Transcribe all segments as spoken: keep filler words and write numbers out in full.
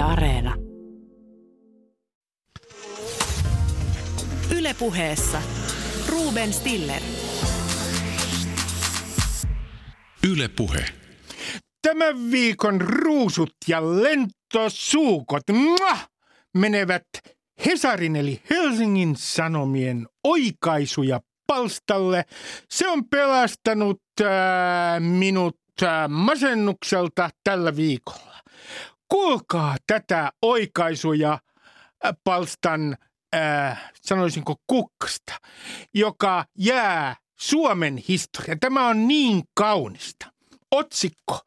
Areena. Yle Puheessa Ruben Stiller. Yle Puhe. Tämän viikon ruusut ja lentosuukot muah, menevät Hesarin eli Helsingin Sanomien oikaisuja palstalle. Se on pelastanut äh, minut äh, masennukselta tällä viikolla. Kuulkaa tätä oikaisuja äh, palstan, äh, sanoisinko kukkasta, joka jää Suomen historiaan. Tämä on niin kaunista. Otsikko.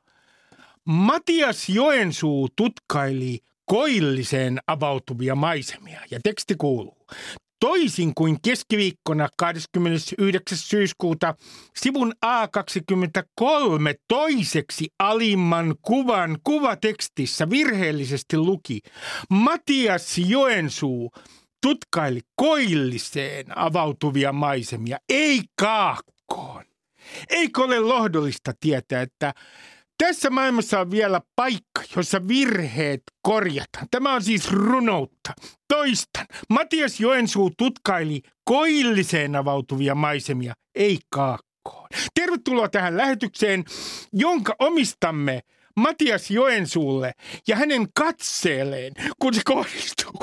Matias Joensuu tutkaili koilliseen avautuvia maisemia. Ja teksti kuuluu. Toisin kuin keskiviikkona kahdeskymmenesyhdeksäs syyskuuta sivun A kaksikymmentäkolme toiseksi alimman kuvan kuvatekstissä virheellisesti luki. Matias Joensuu tutkaili koilliseen avautuvia maisemia, ei kaakkoon. Eikö ole lohdullista tietää, että tässä maailmassa on vielä paikka, jossa virheet korjataan. Tämä on siis runoutta. Toistan. Matias Joensuu tutkaili koilliseen avautuvia maisemia, ei kaakkoon. Tervetuloa tähän lähetykseen, jonka omistamme Matias Joensuulle ja hänen katseelleen, kun se kohdistuu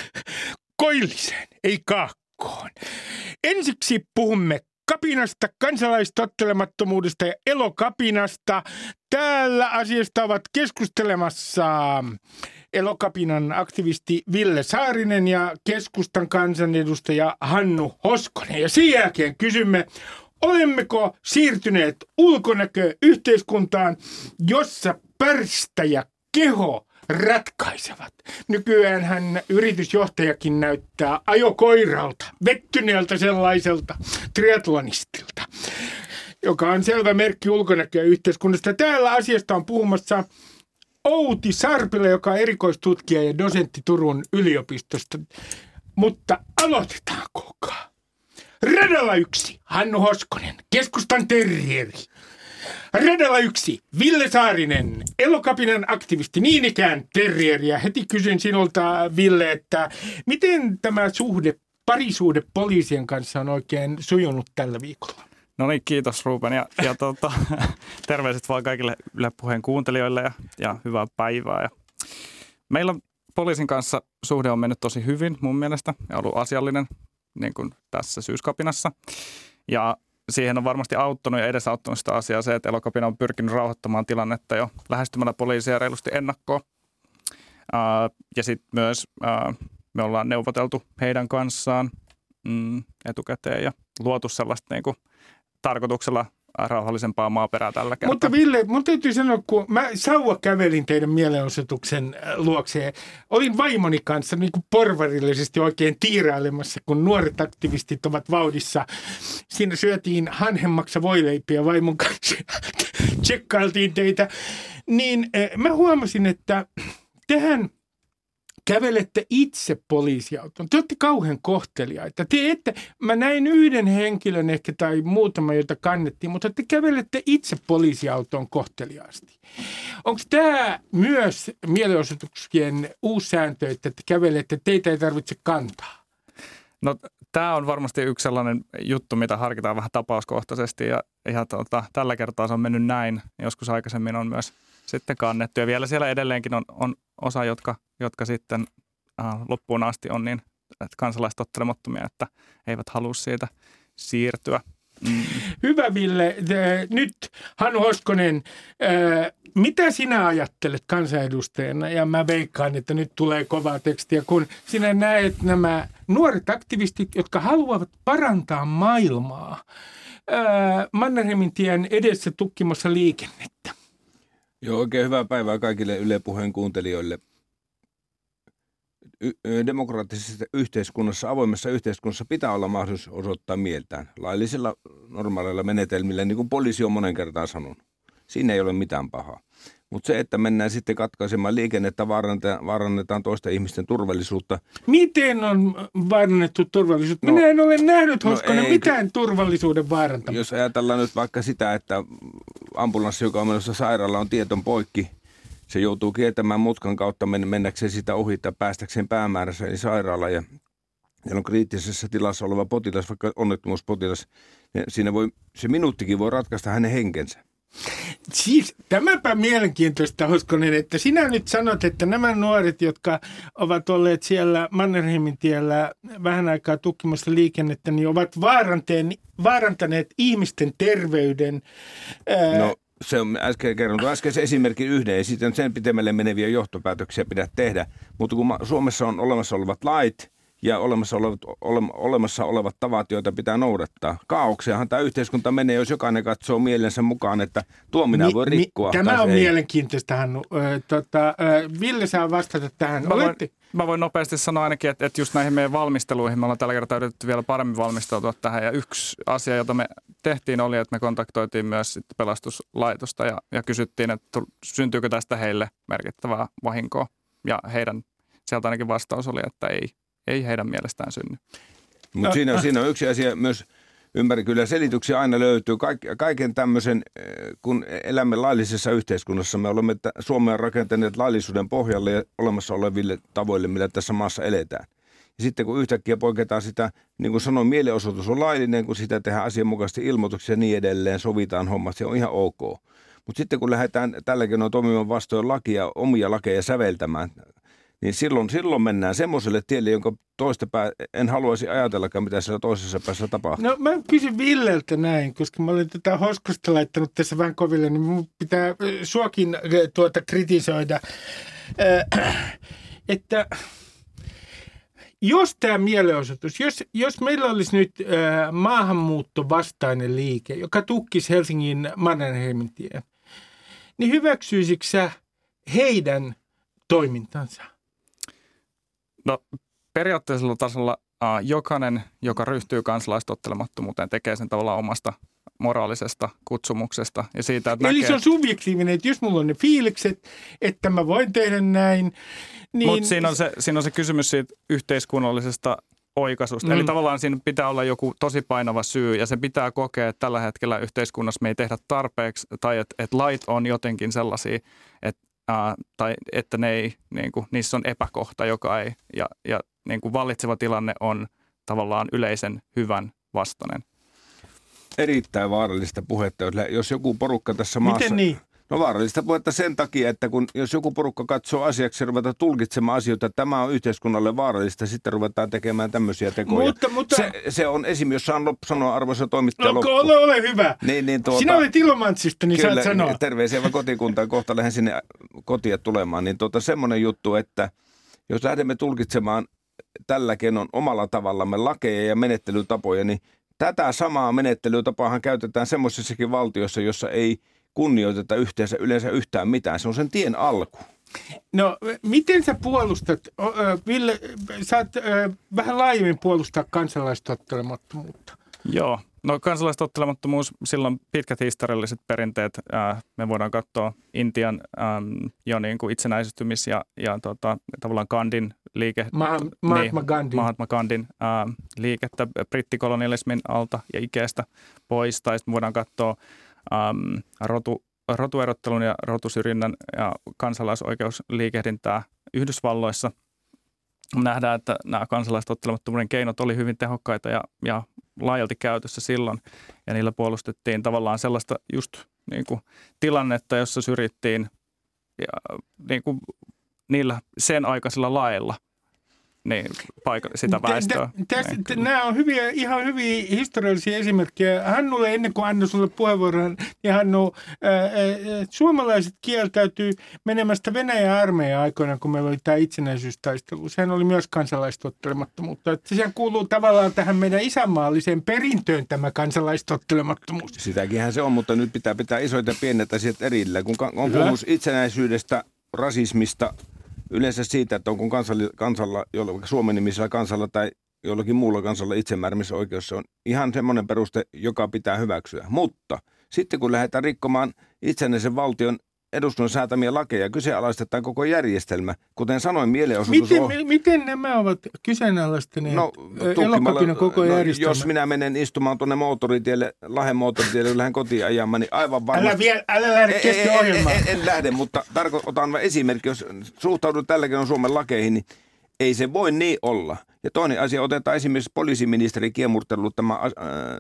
koilliseen, ei kaakkoon. Ensiksi puhumme kapinasta, kansalaistottelemattomuudesta ja elokapinasta. Täällä asiasta ovat keskustelemassa Elokapinan aktivisti Ville Saarinen ja keskustan kansanedustaja Hannu Hoskonen. Ja sen jälkeen kysymme, olemmeko siirtyneet ulkonäköyhteiskuntaan, jossa pärstä ja keho ratkaisevat. Nykyäänhän yritysjohtajakin näyttää ajokoiralta, vettyneeltä sellaiselta triatlonistilta, joka on selvä merkki ulkonäköyhteiskunnasta. Täällä asiasta on puhumassa Outi Sarpila, joka on erikoistutkija ja dosentti Turun yliopistosta. Mutta aloitetaan, kuulkaa. Radalla yksi, Hannu Hoskonen, keskustan terrieri. Radalla yksi, Ville Saarinen, Elokapinan aktivisti, niin ikään terrieri. Ja heti kysyn sinulta, Ville, että miten tämä suhde, parisuhde poliisien kanssa on oikein sujunut tällä viikolla? No niin, kiitos Ruben ja, ja tuota, terveiset vaan kaikille Yle Puheen kuuntelijoille ja, ja hyvää päivää. Ja meillä poliisin kanssa suhde on mennyt tosi hyvin mun mielestä ja ollut asiallinen niin kuin tässä syyskapinassa. Ja siihen on varmasti auttanut ja edesauttanut sitä asiaa se, että Elokapina on pyrkinyt rauhoittamaan tilannetta jo lähestymällä poliisia reilusti ennakkoon. Ää, ja sitten myös ää, me ollaan neuvoteltu heidän kanssaan mm, etukäteen ja luotu sellaista niin kuin tarkoituksella rauhallisempaa maaperää tällä kertaa. Mutta Ville, mun täytyy sanoa, kun mä sauva kävelin teidän mielenosoituksen luokseen, olin vaimoni kanssa niin kuin porvarillisesti oikein tiirailemassa, kun nuoret aktivistit ovat vauhdissa. Siinä syötiin hanhemmaksa voileipiä vaimon kanssa, tsekkailtiin teitä. Niin mä huomasin, että tehän kävelette itse poliisiauton. Te olette kauhean kohteliaita. Te ette, mä näin yhden henkilön ehkä tai muutama, jota kannettiin, mutta te kävelette itse poliisiautoon kohteliaasti. Onko tämä myös mielenosoituksien uusi sääntö, että te kävelette, teitä ei tarvitse kantaa? No tämä on varmasti yksi sellainen juttu, mitä harkitaan vähän tapauskohtaisesti ja, ja tota, tällä kertaa se on mennyt näin. Joskus aikaisemmin on myös sitten kannettu ja vielä siellä edelleenkin on, on osa, jotka, jotka sitten äh, loppuun asti on niin että kansalaistottelemattomia, että eivät halua siitä siirtyä. Mm. Hyvä Ville. Nyt Hannu Hoskonen, ää, mitä sinä ajattelet kansanedustajana? Ja mä veikkaan, että nyt tulee kovaa tekstiä, kun sinä näet nämä nuoret aktivistit, jotka haluavat parantaa maailmaa ää, Mannerheimintien edessä tukkimassa liikennettä. Joo, oikein hyvää päivää kaikille Yle Puheen kuuntelijoille. Y- demokraattisessa yhteiskunnassa, avoimessa yhteiskunnassa pitää olla mahdollisuus osoittaa mieltään. Laillisilla, normaaleilla menetelmillä, niin kuin poliisi on monen kertaan sanonut. Siinä ei ole mitään pahaa. Mutta se, että mennään sitten katkaisemaan liikennettä, vaarannetaan, vaarannetaan toisten ihmisten turvallisuutta. Miten on vaarannettu turvallisuutta? No, minä en ole nähnyt, Hoskonen, no mitään turvallisuuden vaarantamista. Jos ajatellaan nyt vaikka sitä, että ambulanssi, joka on menossa sairaala, on tieton poikki, se joutuu kiertämään mutkan kautta mennäkseen sitä ohi tai päästäkseen päämäärässä eli sairaalaan. Ja siellä on kriittisessä tilassa oleva potilas, vaikka onnettomuuspotilas, ja siinä voi, se minuuttikin voi ratkaista hänen henkensä. Siis tämäpä mielenkiintoista, Hoskonen, että sinä nyt sanot, että nämä nuoret, jotka ovat olleet siellä Mannerheimin tiellä vähän aikaa tukkimassa liikennettä, niin ovat vaarantaneet ihmisten terveyden. Ää... No se on äsken kerronut äskeisen esimerkin yhden, ja sitten sen pitemmälle meneviä johtopäätöksiä pidä tehdä. Mutta kun Suomessa on olemassa olevat lait, ja olemassa olevat, ole, olemassa olevat tavat, joita pitää noudattaa. Kaaokseahan tämä yhteiskunta menee, jos jokainen katsoo mielensä mukaan, että tuo minä mi, voi rikkoa. Mi, tämä on ei. mielenkiintoista, Hannu. Ö, tota, ö, Ville saa vastata tähän. Mä voin, mä voin nopeasti sanoa ainakin, että, että just näihin meidän valmisteluihin me ollaan tällä kertaa yritetty vielä paremmin valmistautua tähän. Ja yksi asia, jota me tehtiin, oli, että me kontaktoitiin myös sitten pelastuslaitosta ja, ja kysyttiin, että syntyykö tästä heille merkittävää vahinkoa. Ja heidän sieltä ainakin vastaus oli, että ei. Ei heidän mielestään synny. Mutta no, siinä, äh. siinä on yksi asia myös, ympäri kyllä selityksiä aina löytyy. Kaik, kaiken tämmöisen, kun elämme laillisessa yhteiskunnassa, me olemme Suomea rakentaneet laillisuuden pohjalle ja olemassa oleville tavoille, millä tässä maassa eletään. Ja sitten kun yhtäkkiä poiketaan sitä, niin kuin sanoin, mielenosoitus on laillinen, kun sitä tehdään asianmukaisesti ilmoituksia ja niin edelleen, sovitaan hommat, se on ihan ok. Mutta sitten kun lähdetään tälläkin on toimimaan vastoin lakia, omia lakeja säveltämään, niin silloin, silloin mennään semmoiselle tielle, jonka toista pää, en haluaisi ajatellakaan, mitä siellä toisessa päässä tapahtuu. No mä kysyn Villeltä näin, koska mä olen tätä Hoskosta laittanut tässä vähän koville, niin mun pitää suakin tuota kritisoida, äh, että jos tämä mielenosoitus, jos, jos meillä olisi nyt äh, maahanmuuttovastainen liike, joka tukkisi Helsingin Mannerheimin tien, niin hyväksyisikö sä heidän toimintansa? No periaatteellisella tasolla äh, jokainen, joka ryhtyy kansalaistottelemattomuuteen, tekee sen tavallaan omasta moraalisesta kutsumuksesta. Ja siitä, että Eli näkee, se on subjektiivinen, että jos mulla on ne fiilikset, että mä voin tehdä näin, niin... Mutta siinä on se, siinä on se kysymys siitä yhteiskunnallisesta oikaisusta. Mm. Eli tavallaan siinä pitää olla joku tosi painava syy ja se pitää kokea, että tällä hetkellä yhteiskunnassa me ei tehdä tarpeeksi tai että, että lait on jotenkin sellaisia, että Uh, tai että ne ei, niin kuin, niissä on epäkohta, joka ei, ja, ja niin kuin vallitseva tilanne on tavallaan yleisen hyvän vastainen. Erittäin vaarallista puhetta, jos joku porukka tässä maassa... Miten niin? No vaarallista puhetta sen takia, että kun, jos joku porukka katsoo asiaksi ja ruvetaan tulkitsemaan asioita, että tämä on yhteiskunnalle vaarallista, sitten ruvetaan tekemään tämmöisiä tekoja. Mutta, mutta... Se, se on esimerkiksi, jos saan sanoa arvoisa toimittaja no, loppuun. Ole, ole hyvä. Niin, niin, tuota, sinä olet Ilomantsista, niin kyllä, saat sanoa. Terveisiä vaan kotikuntaan, kohta lähden sinne kotia tulemaan. Niin tuota, semmoinen juttu, että jos lähdemme tulkitsemaan tällä keinoin omalla tavallamme lakeja ja menettelytapoja, niin tätä samaa menettelytapaahan käytetään semmoisessakin valtiossa, jossa ei kunnioiteta yhteensä yleensä yhtään mitään. Se on sen tien alku. No, miten sä puolustat, Ville, saat vähän laajemmin puolustaa kansalaistottelemattomuutta? Joo, no kansalaistottelemattomuus, sillä on pitkät historialliset perinteet. Me voidaan katsoa Intian jo niin kuin itsenäistymis- ja, ja tota, tavallaan Gandhin liike. Mahatma niin, Gandhi. Mahatma Gandhin ää, liikettä brittikolonialismin alta ja ikeestä pois. Tai sitten voidaan katsoa äm, rotu, rotuerottelun ja rotusyrjinnän ja kansalaisoikeusliikehdintää Yhdysvalloissa. Nähdään, että nämä kansalaistottelemattomuuden keinot oli hyvin tehokkaita ja, ja laajalti käytössä silloin. Ja niillä puolustettiin tavallaan sellaista just niin kuin tilannetta, jossa syrjittiin ja, niin kuin niillä sen aikaisilla lailla niin, paik- sitä väestöä. Tästä, niin, nämä on hyviä, ihan hyviä historiallisia esimerkkejä. Hannulle, ennen kuin annan sinulle puheenvuoron, niin Hannu, ää, ää, suomalaiset kieltäytyy menemästä Venäjän armeijaan aikoina, kun meillä oli tämä itsenäisyystaistelu. Sehän oli myös kansalaistottelemattomuutta. Että sehän kuuluu tavallaan tähän meidän isänmaalliseen perintöön tämä kansalaistottelemattomuus. Sitäkinhän se on, mutta nyt pitää pitää isoit ja pienet asiat erillä. Kun on puhumus itsenäisyydestä, rasismista, yleensä siitä, että onko kansalla, kansalla jollakin Suomen nimisellä kansalla tai jollakin muulla kansalla itsemääräämisoikeus, se on ihan semmoinen peruste, joka pitää hyväksyä. Mutta sitten kun lähdetään rikkomaan itsenäisen valtion eduskunnan säätämiä lakeja, kyseenalaistetaan koko järjestelmä. Kuten sanoin, mielenosoitus on... Miten, miten nämä ovat kyseenalaistaneet no, Elokapinan koko no, järjestelmä? Jos minä menen istumaan tuonne moottoritielle, Lahden moottoritielle, lähden kotiin ajamaan, niin aivan varmasti... Älä, vie, älä lähde kesken ohjelmaan. En, en, en lähde, mutta tarko, otan esimerkki. Jos suhtaudun tälläkin on Suomen lakeihin, niin ei se voi niin olla. Ja toinen asia, otetaan esimerkiksi poliisiministeri kiemurtellut tämän, äh,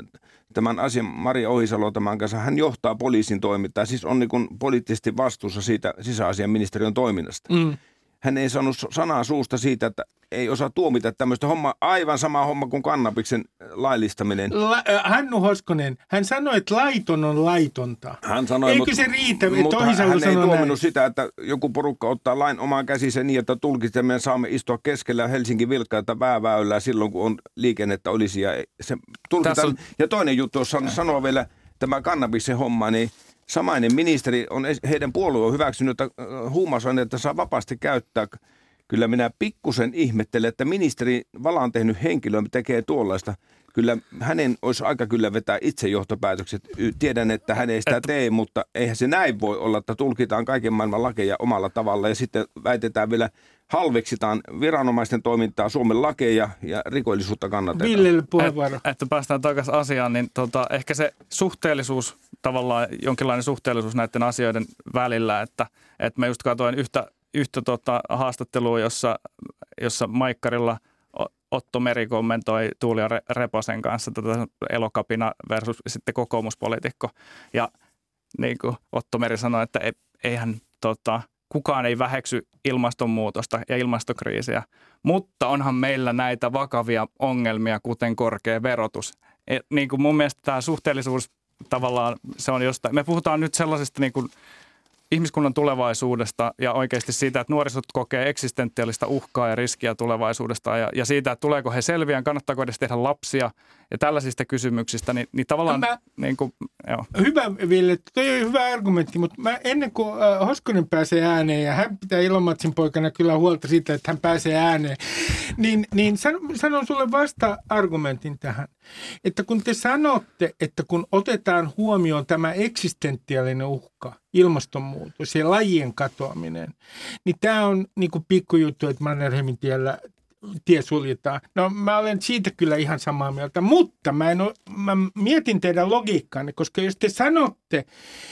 tämän asian, Maria Ohisalo tämän kanssa. Hän johtaa poliisin toimintaa, siis on niin kuin poliittisesti vastuussa siitä sisäasiainministeriön toiminnasta. Mm. Hän ei saanut sanaa suusta siitä, että ei osaa tuomita tämmöistä hommaa, aivan sama homma kuin kannabiksen laillistaminen. La, äh, Hannu Hoskonen, hän sanoi, että laiton on laitonta. Hän sanoi, Eikö mutta, se riitä, mutta että Ohisalo hän ei tuominut näin. sitä, että joku porukka ottaa lain omaan käsinsä niin, että tulkitsemme saamme istua keskellä Helsingin vilkkaita pääväylää silloin, kun on liikennettä olisi. Ja, se tulkitaan. On... ja toinen juttu, jos sanoo vielä tämä kannabiksen homma, niin samainen ministeri, on heidän puolue on hyväksynyt, että huumausaineita saa vapaasti käyttää. Kyllä minä pikkusen ihmettelen, että ministeri valan tehnyt henkilö tekee tuollaista. Kyllä hänen olisi aika kyllä vetää itse johtopäätökset. Tiedän, että hän ei sitä tee, mutta eihän se näin voi olla, että tulkitaan kaiken maailman lakeja omalla tavalla ja sitten väitetään vielä halveksitaan viranomaisten toimintaa, Suomen lakeja ja rikollisuutta kannatetaan. Villelle puheenvuoro. Et, että päästään takaisin asiaan, niin tota, ehkä se suhteellisuus, tavallaan jonkinlainen suhteellisuus näiden asioiden välillä, että, että mä just katsoin yhtä, yhtä tota haastattelua, jossa, jossa Maikkarilla Otto Meri kommentoi Tuulia Reposen kanssa tätä Elokapina versus sitten kokoomuspoliitikko. Ja niin kuin Otto Meri sanoi, että eihän tota, kukaan ei väheksy ilmastonmuutosta ja ilmastokriisiä, mutta onhan meillä näitä vakavia ongelmia, kuten korkea verotus. Et, niin kuin mun mielestä tämä suhteellisuus tavallaan, se on jostain, me puhutaan nyt sellaisesta niin kuin ihmiskunnan tulevaisuudesta ja oikeasti siitä, että nuorisot kokee eksistentiaalista uhkaa ja riskiä tulevaisuudesta ja, ja siitä, että tuleeko he selviään, kannattaako edes tehdä lapsia ja tällaisista kysymyksistä, niin, niin tavallaan... Mä, niin kuin, joo. Hyvä, Ville, toi on hyvä argumentti, mutta mä ennen kuin äh, Hoskonen pääsee ääneen ja hän pitää Ilomatsin poikana kyllä huolta siitä, että hän pääsee ääneen, niin, niin sanon, sanon sulle vasta argumentin tähän, että kun te sanotte, että kun otetaan huomioon tämä eksistentiaalinen uhka, ilmastonmuutos ja lajien katoaminen, niin tämä on niin kuin pikkujuttu, että Mannerheimin tiellä tie suljetaan. No mä olen siitä kyllä ihan samaa mieltä, mutta mä, en ole, mä mietin teidän logiikkaanne, koska jos te sanotte,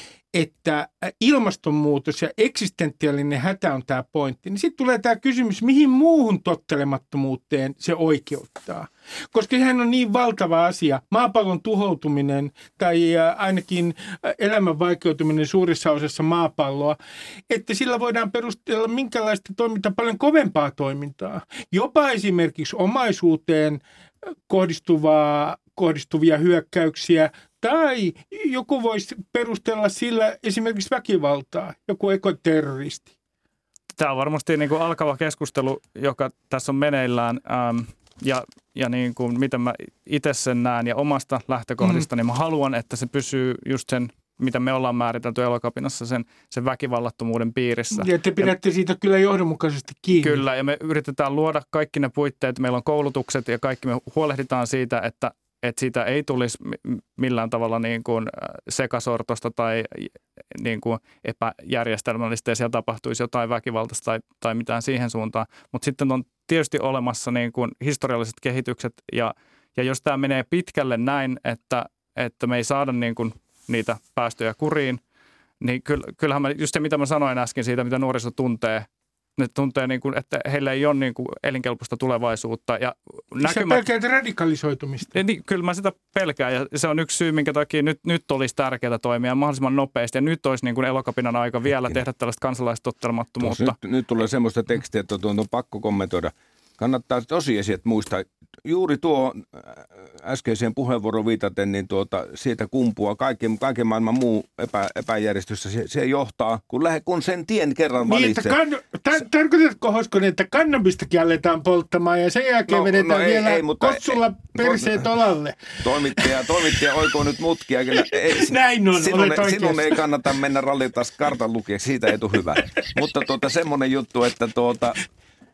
että ilmastonmuutos ja eksistentiaalinen hätä on tämä pointti, niin sitten tulee tämä kysymys, mihin muuhun tottelemattomuuteen se oikeuttaa. Koska sehän on niin valtava asia, maapallon tuhoutuminen tai ainakin elämän vaikeutuminen suurissa osassa maapalloa, että sillä voidaan perustella minkälaista toimintaa, paljon kovempaa toimintaa. Jopa esimerkiksi omaisuuteen kohdistuvaa, kohdistuvia hyökkäyksiä tai joku voisi perustella sillä esimerkiksi väkivaltaa, joku ekoterroristi. Tämä on varmasti niin kuin alkava keskustelu, joka tässä on meneillään. Ähm, ja ja niin kuin, miten mä itse sen näen ja omasta lähtökohdista, mm. niin mä haluan, että se pysyy just sen, mitä me ollaan määritelty Elokapinassa, sen, sen väkivallattomuuden piirissä. Ja te pidätte ja, siitä kyllä johdonmukaisesti kiinni. Kyllä, ja me yritetään luoda kaikki ne puitteet. Meillä on koulutukset ja kaikki me huolehditaan siitä, että että siitä ei tulisi millään tavalla niin kuin sekasortosta tai niin kuin epäjärjestelmällistä ja siellä tapahtuisi jotain väkivaltaista tai, tai mitään siihen suuntaan. Mutta sitten on tietysti olemassa niin kuin historialliset kehitykset ja, ja jos tämä menee pitkälle näin, että, että me ei saada niin kuin niitä päästöjä kuriin, niin kyllähän mä, just se mitä mä sanoin äsken siitä, mitä nuoriso tuntee, ne tuntee, niin kuin, että heillä ei ole niin kuin elinkelpoista tulevaisuutta. Ja näkymät... Sä pelkäät radikalisoitumista. Niin, kyllä mä sitä pelkään ja se on yksi syy, minkä takia nyt, nyt olisi tärkeää toimia mahdollisimman nopeasti. Ja nyt olisi niin kuin Elokapinan aika vielä tehdä tällaista kansalaistottelemattomuutta. Nyt, nyt tulee semmoista tekstiä, että tuon on pakko kommentoida. Kannattaa tosiasiat muistaa. Juuri tuo äskeiseen puheenvuoroon viitaten, niin tuota, siitä kumpuaa kaiken, kaiken maailman muu epä, epäjärjestys. Se, se johtaa, kun, lähe, kun sen tien kerran valitsee. Niin, kann- t- tarkoitatko, Hoskonen, että kannabistakin aletaan polttamaan ja sen jälkeen no, vedetään no ei, vielä ei, kotsulla perseet olalle? Toimittaja, toimittaja oikoo nyt mutkia. Kyllä, ei, Näin on, sinun, sinun ei kannata mennä rallitas kartan lukijaksi, siitä ei tule hyvä. Mutta tuota, semmoinen juttu, että tuota...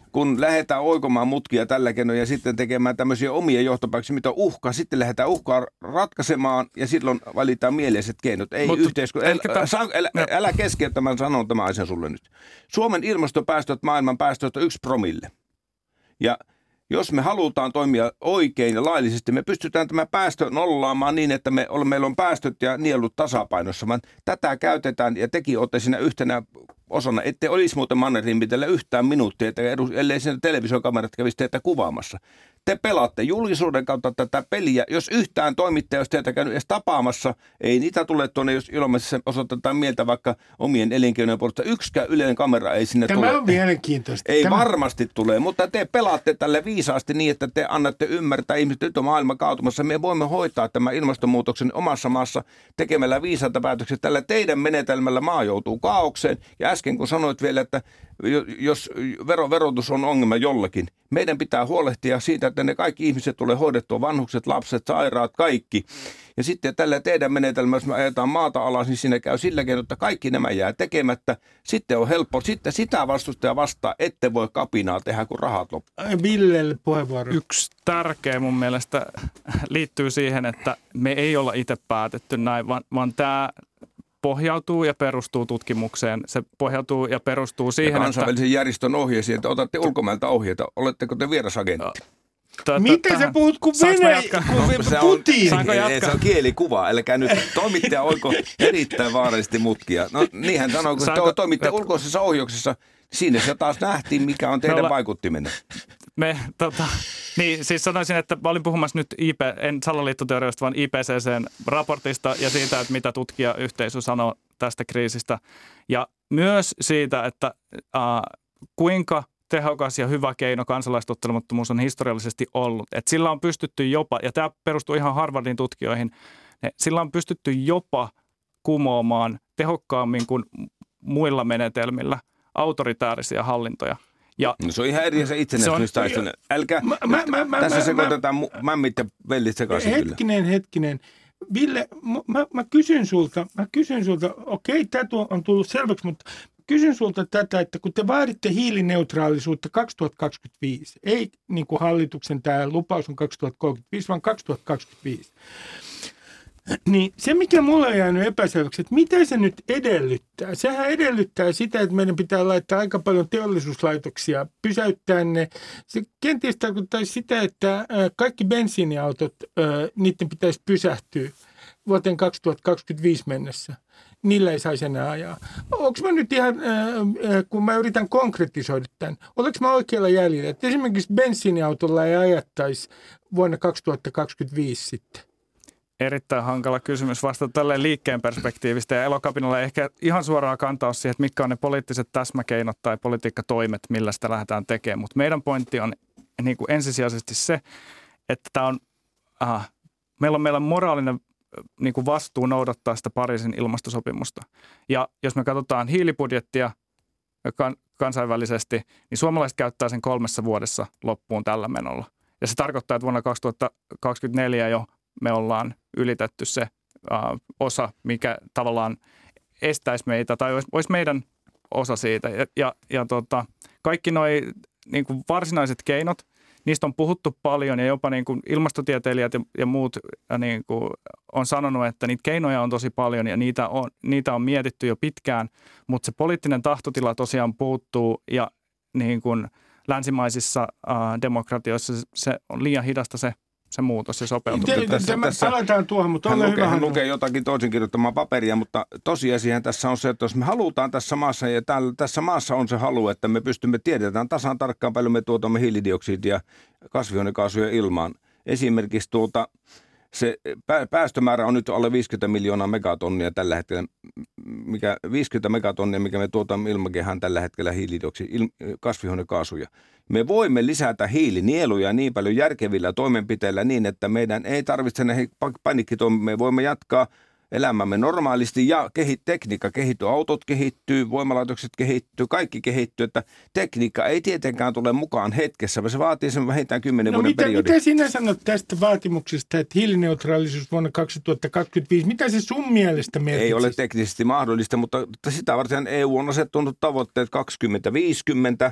kun lähdetään oikomaan mutkia tällä keinoin ja sitten tekemään tämmöisiä omia johtopäätöksiä, mitä on uhka, sitten lähdetään uhkaa ratkaisemaan ja silloin valitaan mieleiset keinot. Ei yhteiskunta. Älä, älä, älä keskeytä, mä sanon tämän asian sulle nyt. Suomen ilmastopäästöt, maailman päästöt on yksi promille. Ja jos me halutaan toimia oikein ja laillisesti, me pystytään tämä päästö nollaamaan niin, että me, meillä on päästöt ja nielut tasapainossa. Vaan tätä käytetään ja tekin olette siinä yhtenä osana, ettei olisi muuten Mannerheimitellä yhtään minuuttia, että ellei siinä televisiokamerat kävisi teitä kuvaamassa. Te pelaatte julkisuuden kautta tätä peliä. Jos yhtään toimittaja olisi teitä käynyt edes tapaamassa, ei niitä tule tuonne, jos Ilomantsissa osoitetaan mieltä vaikka omien elinkeinojen puolesta. Yksikään yleinen kamera ei sinne Tämä tule. Tämä on mielenkiintoista. Ei Tämä... varmasti tule, mutta te pelaatte tälle viisaasti niin, että te annatte ymmärtää ihmiset, nyt on maailma kaatumassa. Me voimme hoitaa tämän ilmastonmuutoksen omassa maassa tekemällä viisaita päätöksiä. Tällä teidän menetelmällä maa joutuu kaaukseen. Ja äsken kun sanoit vielä, että jos vero, verotus on ongelma jollakin, meidän pitää huolehtia siitä, että ne kaikki ihmiset tulee hoidettua, vanhukset, lapset, sairaat, kaikki. Ja sitten tällä teidän menetelmällä, jos me ajetaan maata alas, niin siinä käy sillä keinoin, että kaikki nämä jää tekemättä. Sitten on helppo. Sitten sitä vastustaja vastaa, ette voi kapinaa tehdä, kun rahat loppuu. Villelle puheenvuoro. Yksi tärkeä mun mielestä liittyy siihen, että me ei olla itse päätetty näin, vaan, vaan tämä pohjautuu ja perustuu tutkimukseen. Se pohjautuu ja perustuu siihen, ja kansainvälisen että järjestön ohjeisiin, että otatte ulkomailta ohjeita. Oletteko te vierasagentti? Tätä, Miten sä puhut kuin Venäjä, kuin se Putin? On, se on kielikuva, älkää nyt toimittaja oiko erittäin vaarallisesti mutkia. No niinhän sanoo, kun Saanko, te toimitte ulkoisessa ohjauksessa, siinä se taas nähtiin, mikä on teidän olla, vaikuttimenne. Me, tota, niin siis sanoisin, että mä olin puhumassa nyt I P, en salaliittoteoriasta, vaan I P C C:n raportista ja siitä, että mitä tutkijayhteisö sanoo tästä kriisistä. Ja myös siitä, että äh, kuinka tehokas ja hyvä keino kansalaistottelemattomuus on historiallisesti ollut. Et sillä on pystytty jopa, ja tämä perustuu ihan Harvardin tutkijoihin, sillä on pystytty jopa kumoamaan tehokkaammin kuin muilla menetelmillä autoritäärisiä hallintoja. Ja no se on ihan eri se itsenäisyystaistelu. Älkää, mä, mä, mä, mä, tässä sekoitetaan mämmit ja vellit sekaisin. Hetkinen, kyllä. hetkinen. Ville, mä, mä kysyn sulta, mä kysyn sulta, okei, tämä on tullut selväksi, mutta kysyn sulta tätä, että kun te vaaditte hiilineutraalisuutta kaksituhattakaksikymmentäviisi, ei niin kuin hallituksen tämä lupaus on kaksituhattakolmekymmentäviisi, vaan kaksituhattakaksikymmentäviisi. Niin se, mikä mulle on jäänyt epäselväksi, että mitä se nyt edellyttää? Sehän edellyttää sitä, että meidän pitää laittaa aika paljon teollisuuslaitoksia, pysäyttää ne. Se kenties tarkoittaa sitä, että kaikki bensiiniautot, niiden pitäisi pysähtyä vuoteen kaksituhattakaksikymmentäviisi mennessä. Niillä ei saisi enää ajaa. Onko mä nyt ihan, kun mä yritän konkretisoida tämän, olenko mä oikealla jäljellä, että esimerkiksi bensiiniautolla ei ajattaisi vuonna kaksituhattakaksikymmentäviisi sitten? Erittäin hankala kysymys vastata tälleen liikkeen perspektiivistä ja Elokapinalla ei ehkä ihan suoraan kantaa siihen, että mitkä on ne poliittiset täsmäkeinot tai politiikkatoimet, millä sitä lähdetään tekemään. Mutta meidän pointti on niin kuin ensisijaisesti se, että tämä on, aha, meillä on meillä moraalinen niin kuin vastuu noudattaa sitä Pariisin ilmastosopimusta. Ja jos me katsotaan hiilibudjettia kan, kansainvälisesti, niin suomalaiset käyttää sen kolmessa vuodessa loppuun tällä menolla. Ja se tarkoittaa, että vuonna kaksituhattakaksikymmentäneljä jo me ollaan ylitetty se uh, osa, mikä tavallaan estäisi meitä tai olisi, olisi meidän osa siitä. Ja, ja, ja tota, kaikki nuo niin kuin varsinaiset keinot, niistä on puhuttu paljon ja jopa niin kuin ilmastotieteilijät ja, ja muut ja niin kuin on sanonut, että niitä keinoja on tosi paljon ja niitä on, niitä on mietitty jo pitkään, mutta se poliittinen tahtotila tosiaan puuttuu ja niin kuin länsimaisissa uh, demokratioissa se on liian hidasta se se muutos ja sopeutuminen. Palataan tuohon, mutta hän ole lukee, hyvä. Hän lukee jotakin toisin kirjoittamaa paperia, mutta tosiasiahan tässä on se, että jos me halutaan tässä maassa, ja täällä, tässä maassa on se halu, että me pystymme tiedetään tasan tarkkaan paljon me tuotamme hiilidioksidia, kasvihuonekaasuja ilmaan. Esimerkiksi tuota, se päästömäärä on nyt alle viisikymmentä miljoonaa megatonnia tällä hetkellä, mikä viisikymmentä megatonnia, mikä me tuotamme ilmakehään tällä hetkellä hiilidioksidia, il, kasvihuonekaasuja. Me voimme lisätä hiilinieluja niin paljon järkevillä toimenpiteillä niin, että meidän ei tarvitse näihin paniikkitoimiin. Me voimme jatkaa elämämme normaalisti ja kehi- tekniikka kehittyy, autot kehittyy, voimalaitokset kehittyy, kaikki kehittyy, että tekniikka ei tietenkään tule mukaan hetkessä, vaan se vaatii sen vähintään kymmenen no vuoden mitä, periodin. Mitä sinä sanot tästä vaatimuksesta, että hiilineutraalisuus vuonna kaksituhattakaksikymmentäviisi, mitä se sun mielestä merkitsee? Ei ole teknisesti mahdollista, mutta sitä varten E U on asettunut tavoitteet kaksituhattaviisikymmentä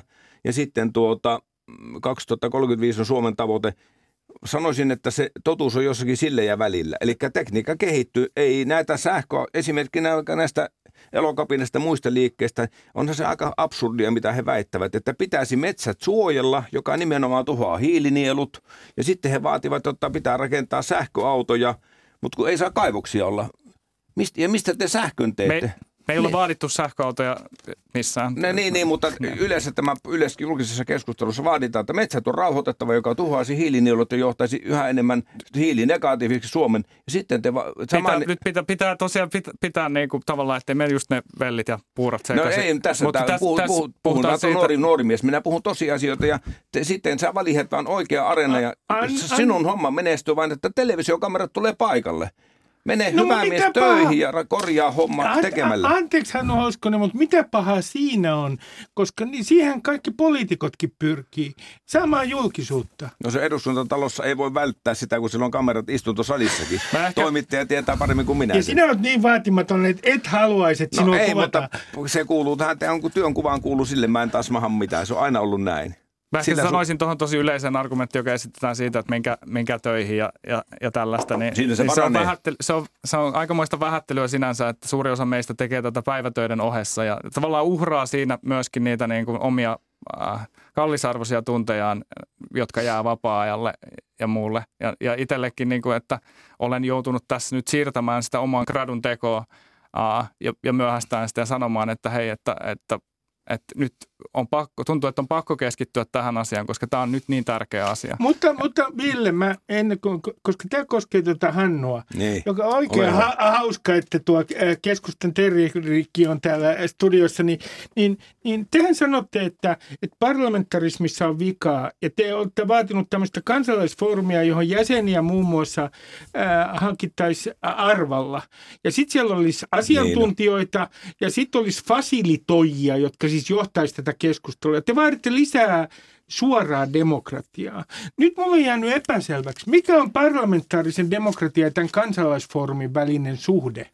ja sitten tuota kaksituhattakolmekymmentäviisi on Suomen tavoite. Sanoisin, että se totuus on jossakin sille ja välillä. Eli tekniikka kehittyy. Ei näitä sähköä, esimerkkinä näistä Elokapinasta muista liikkeistä, onhan se aika absurdia, mitä he väittävät, että pitäisi metsät suojella, joka nimenomaan tuhoaa hiilinielut. Ja sitten he vaativat, että pitää rakentaa sähköautoja, mutta kun ei saa kaivoksia olla. Mist, ja mistä te sähkön teette? Me, me ei ole vaadittu sähköautoja missään. No, niin, niin, mutta yleensä tämä yleensä julkisessa keskustelussa vaaditaan, että metsät on rauhoitettava, joka tuhoaisi hiilinielut ja johtaisi yhä enemmän hiilinegatiiviksi Suomen. Ja sitten te va- saman... pitää, nyt pitää, pitää tosiaan pitää, pitää niin kuin tavallaan, ettei mene just ne vellit ja puurat sekaisin. No ei, tässä, mutta tässä, puhun, tässä puhun, puhutaan siitä... nuori, nuori mies. Minä puhun tosiasioita ja te, sitten sä valihet vaan oikea areena ja a, an, sinun an... homma menestyy vain, että televisiokamerat tulee paikalle. Mene no, hyvä mies töihin ja korjaa homma An, tekemällä. Anteeksi Hannu Hoskonen, mutta mitä pahaa siinä on? Koska niin siihen kaikki poliitikotkin pyrkii saamaan julkisuutta. No se eduskuntatalossa ei voi välttää sitä, kun silloin kamerat istuntosalissakin. Toimittaja tietää paremmin kuin minä. Ja sinä olet niin vaatimaton, että et haluaisi, että sinua no ei, kuvataan. Mutta se kuuluu tähän, kun työnkuvaan kuuluu sille, mä en taas maha mitään. Se on aina ollut näin. Mä ehkä sanoisin su- tuohon tosi yleisen argumentti, joka esitetään siitä, että minkä, minkä töihin ja, ja, ja tällaista. Niin, Siinä se, niin se, on vähättely, se, on, se on aikamoista vähättelyä sinänsä, että suuri osa meistä tekee tätä päivätöiden ohessa ja tavallaan uhraa siinä myöskin niitä niin kuin omia äh, kallisarvoisia tuntejaan, jotka jää vapaa-ajalle ja muulle. Ja, ja itsellekin, niin kuin, että olen joutunut tässä nyt siirtämään sitä oman gradun tekoa äh, ja, ja myöhästään sitä ja sanomaan, että hei, että, että Että nyt on pakko, tuntuu, että on pakko keskittyä tähän asiaan, koska tämä on nyt niin tärkeä asia. Mutta, mutta Ville, mä en, koska tämä koskee tuota Hannua, niin. joka on oikein ha- hauska, että tuo keskustan Terri on täällä studiossa, niin, niin, niin tehän sanotte, että, että parlamentarismissa on vikaa, ja te olette vaatinut tämmöistä kansalaisfoorumia, johon jäseniä muun muassa äh, hankittaisiin arvalla. Ja sitten siellä olisi asiantuntijoita, niin. ja sitten olisi fasilitoijia, jotka siis johtaisi tätä keskustelua. Te vaaditte lisää suoraa demokratiaa. Nyt mulla on jäänyt epäselväksi, mikä on parlamentaarisen demokratian ja tämän kansalaisfoorumin välinen suhde?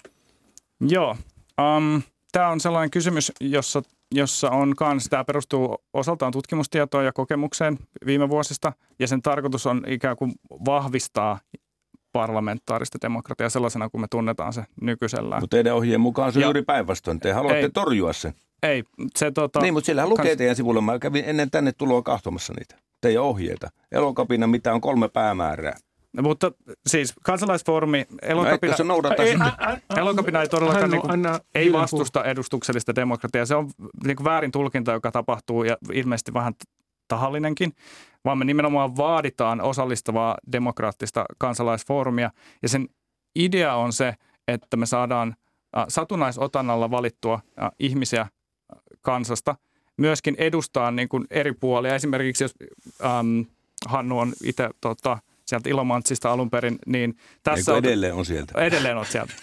Joo, um, tämä on sellainen kysymys, jossa, jossa on kans, tämä perustuu osaltaan tutkimustietoon ja kokemukseen viime vuosista, ja sen tarkoitus on ikään kuin vahvistaa parlamentaarista demokratiaa sellaisena, kuin me tunnetaan se nykyisellään. Mutta teidän ohjeen mukaan se on juuri päinvastoin. Te haluatte ei, torjua sen. Ei, se tota... Niin, mutta siellä lukee kans... teidän sivulla. Mä kävin ennen tänne tuloa katsomassa niitä. Teidän ohjeita. Elokapina, mitä on kolme päämäärää. No, mutta siis kansalaisfoorumi, Elokapina, no, ei, a, a, a, Elokapina ei todellakaan Hannu, niin kuin, ei vastusta edustuksellista demokratiaa. Se on niin kuin väärin tulkinta, joka tapahtuu ja ilmeisesti vähän tahallinenkin, vaan me nimenomaan vaaditaan osallistavaa demokraattista kansalaisfoorumia. Ja sen idea on se, että me saadaan äh, satunnaisotannalla valittua äh, ihmisiä kansasta myöskin edustaa niin kuin eri puolia. Esimerkiksi jos ähm, Hannu on itse tota, sieltä Ilomantsista alun perin, niin tässä... Eikö edelleen on sieltä? Edelleen on sieltä.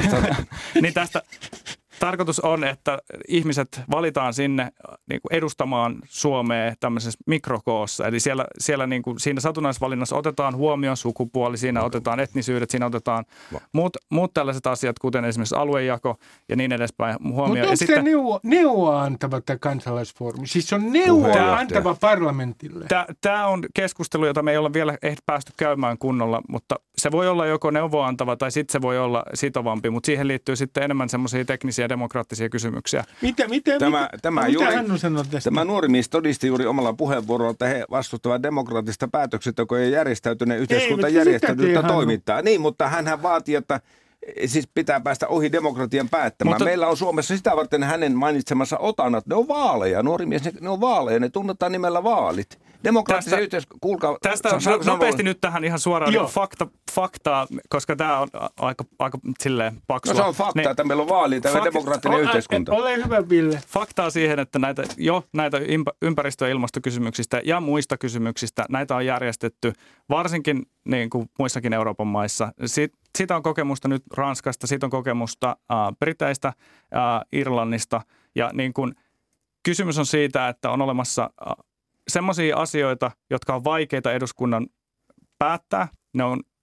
Niin tästä... Tarkoitus on, että ihmiset valitaan sinne niin kuin edustamaan Suomea tämmöisessä mikrokoossa. Eli siellä, siellä niin kuin, siinä satunnaisvalinnassa otetaan huomioon sukupuoli, siinä otetaan etnisyydet, siinä otetaan muut, muut tällaiset asiat, kuten esimerkiksi aluejako ja niin edespäin huomioon. Mutta onko sitten, se neuvo, neuvoa antava tämä kansalaisfoorumi? Siis se on neuvoa antava parlamentille. Tämä on keskustelu, jota me ei ole vielä ehdi päästy käymään kunnolla, mutta se voi olla joko neuvoa antava tai sitten se voi olla sitovampi, mutta siihen liittyy sitten enemmän semmoisia teknisiä demokraattisia kysymyksiä. Mitä, mitä, tämä, mitä, tämä, mitä juuri, Hannu sanoi tästä? Tämä nuori mies todisti juuri omalla puheenvuorolla, että he vastustavat demokraattista päätöksentekoa ja järjestäytyneen yhteiskunnan järjestäytynyttä toimintaa. Niin, mutta hänhän vaatii, että siis pitää päästä ohi demokratian päättämään. Mutta meillä on Suomessa sitä varten hänen mainitsemassa otanat. Ne on vaaleja, nuori mies, ne, ne on vaaleja, ne tunnetaan nimellä vaalit. Demokraattisen yhteiskunnan... Tästä on no, nopeasti nyt tähän ihan suoraan niin fakta, faktaa, koska tämä on aika, aika silleen paksua. No se on fakta, niin, että meillä on vaalit ja demokraattinen o, yhteiskunta. Ole hyvä, Ville. Faktaa siihen, että näitä, jo näitä ympäristö- ja ilmastokysymyksistä ja muista kysymyksistä, näitä on järjestetty varsinkin niin kuin muissakin Euroopan maissa. Siit, siitä on kokemusta nyt Ranskasta, siitä on kokemusta äh, Briteistä, äh, Irlannista ja niin kuin, kysymys on siitä, että on olemassa... Äh, semmoisia asioita, jotka on vaikeita eduskunnan päättää, ne on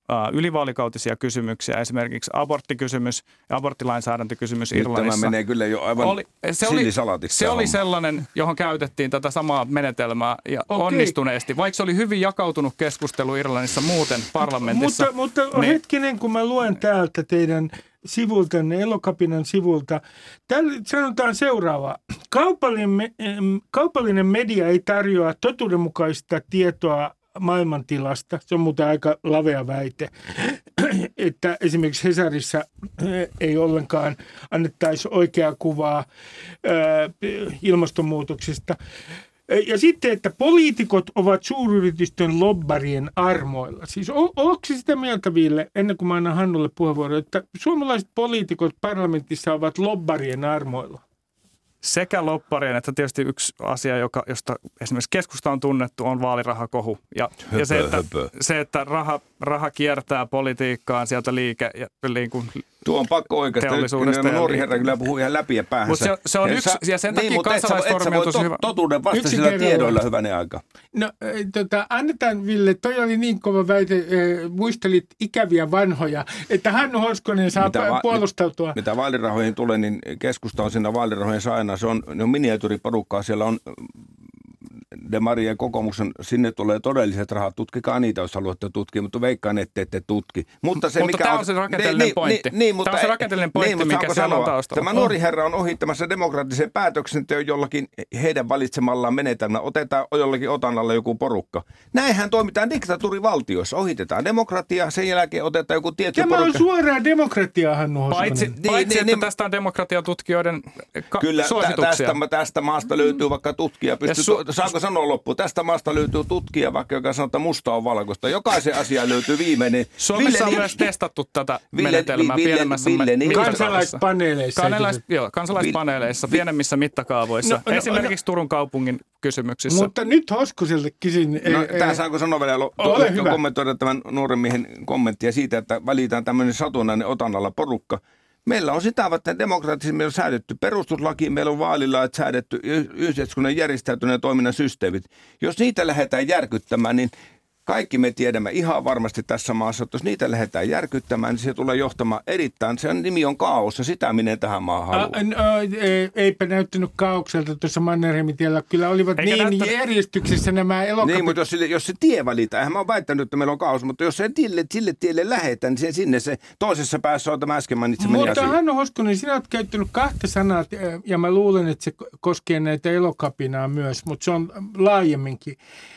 ylivaalikautisia kysymyksiä, esimerkiksi aborttikysymys ja aborttilainsäädäntökysymys Nyt Irlannissa. tämä menee kyllä jo aivan oli, se, oli, se oli sellainen, johon käytettiin tätä samaa menetelmää ja okay. onnistuneesti, vaikka se oli hyvin jakautunut keskustelu Irlannissa muuten parlamentissa. Mutta, mutta niin, hetkinen, kun mä luen täältä teidän sivultanne, Elokapinan sivulta. Täällä sanotaan seuraavaa. Kaupallinen, me, kaupallinen media ei tarjoa totuudenmukaista tietoa maailmantilasta. Se on muuten aika lavea väite, että esimerkiksi Hesarissa ei ollenkaan annettaisi oikeaa kuvaa ilmastonmuutoksesta. Ja sitten, että poliitikot ovat suuryritysten lobbarien armoilla. Siis on, onko sitä mieltä, Ville, ennen kuin mä annan Hannulle puheenvuoron, että suomalaiset poliitikot parlamentissa ovat lobbarien armoilla? Sekä lobbarien että tietysti yksi asia, joka, josta esimerkiksi keskusta on tunnettu, on vaalirahakohu. Ja, höpö, ja se, että, se, että raha, raha kiertää politiikkaan sieltä liike ja niin kuin tuo on pakko oikeastaan. Nuori herra kyllä puhuu ihan läpi ja päähänsä. Se, se on ja yksi, ja sen takia niin, kansalaisfoorumi on tosi hyvä. Totuuden vastaisilla tiedoilla hyvänen aika. No tota, annetaan Ville, toi oli niin kova väite, muistelit ikäviä vanhoja, että Hannu Hoskonen saa mitä va- puolustautua. Mitä vaalirahoihin tulee, niin keskusta on siinä vaalirahojen saajana. Se on, ne on miniatyriporukkaa, siellä on Demarien kokoomuksen, sinne tulee todelliset rahat. Tutkikaa niitä, jos haluatte tutkia, mutta veikkaan, ette ette tutki. Mutta, se, mutta mikä tämä on, on se rakenteellinen niin, pointti. Niin, mutta, tämä on se rakenteellinen pointti, niin, mikä siellä on taustalla. Tämä nuori herra on ohittamassa demokraattisen päätöksenteon jollakin heidän valitsemallaan menetelmällä. Otetaan jollakin otannalla joku porukka. Näinhän toimitaan diktatuurivaltioissa. Ohitetaan demokratia, sen jälkeen otetaan joku tietty Tämä porukka. Tämä on suoraa demokratiaa, Hannu Hoskonen. Paitsi, niin, paitsi niin, että niin, tästä on demokratiatutkijoiden ka- kyllä, suosituksia. Tästä, tästä maasta löytyy vaikka tutkija. Pystyy, su- saanko sanoa loppuun? Tästä maasta löytyy tutkija, vaikka joka sanoo, että musta on valkoista. Jokaisen asiaan löytyy viimeinen. Suomessa Ville, on myös testattu tätä Ville, menetelmää Ville, pienemmässä Ville, niin, kansalaispaneeleissa. Kansalais, joo, kansalaispaneeleissa, pienemmissä mittakaavoissa. No, no, esimerkiksi no, Turun kaupungin kysymyksissä. Mutta nyt Hoskoselta kysyn. No, e, tämä saanko sanoa vielä lo- kommentoida tämän nuoren miehen kommenttia siitä, että valitaan tämmöinen satunnainen otannalla porukka. Meillä on sitä, että demokraattisesti meillä on säädetty perustuslaki, meillä on vaalilait säädetty yhteiskunnan järjestäytyneen toiminnan systeemit. Jos niitä lähdetään järkyttämään, niin kaikki me tiedämme ihan varmasti tässä maassa, että jos niitä lähdetään järkyttämään, niin se tulee johtamaan erittäin. Se nimi on kaos ja sitä minä tähän maahan haluan. A, a, eipä näyttänyt kaaokselta tuossa Mannerheimin tiellä. Kyllä olivat Eikä niin näyttänyt järjestyksessä nämä elokapit. Niin, mutta jos, sille, jos se tie valitaan, eihän mä oon väittänyt, että meillä on kaos, mutta jos se sille, sille tielle lähdetään, niin sinne se toisessa päässä on tämä äsken mainitsemani asia. Mutta Hannu Hoskonen, sinä olet käyttänyt kahta sanaa, ja mä luulen, että se koskee näitä elokapinaa myös, mutta se on laajemminkin.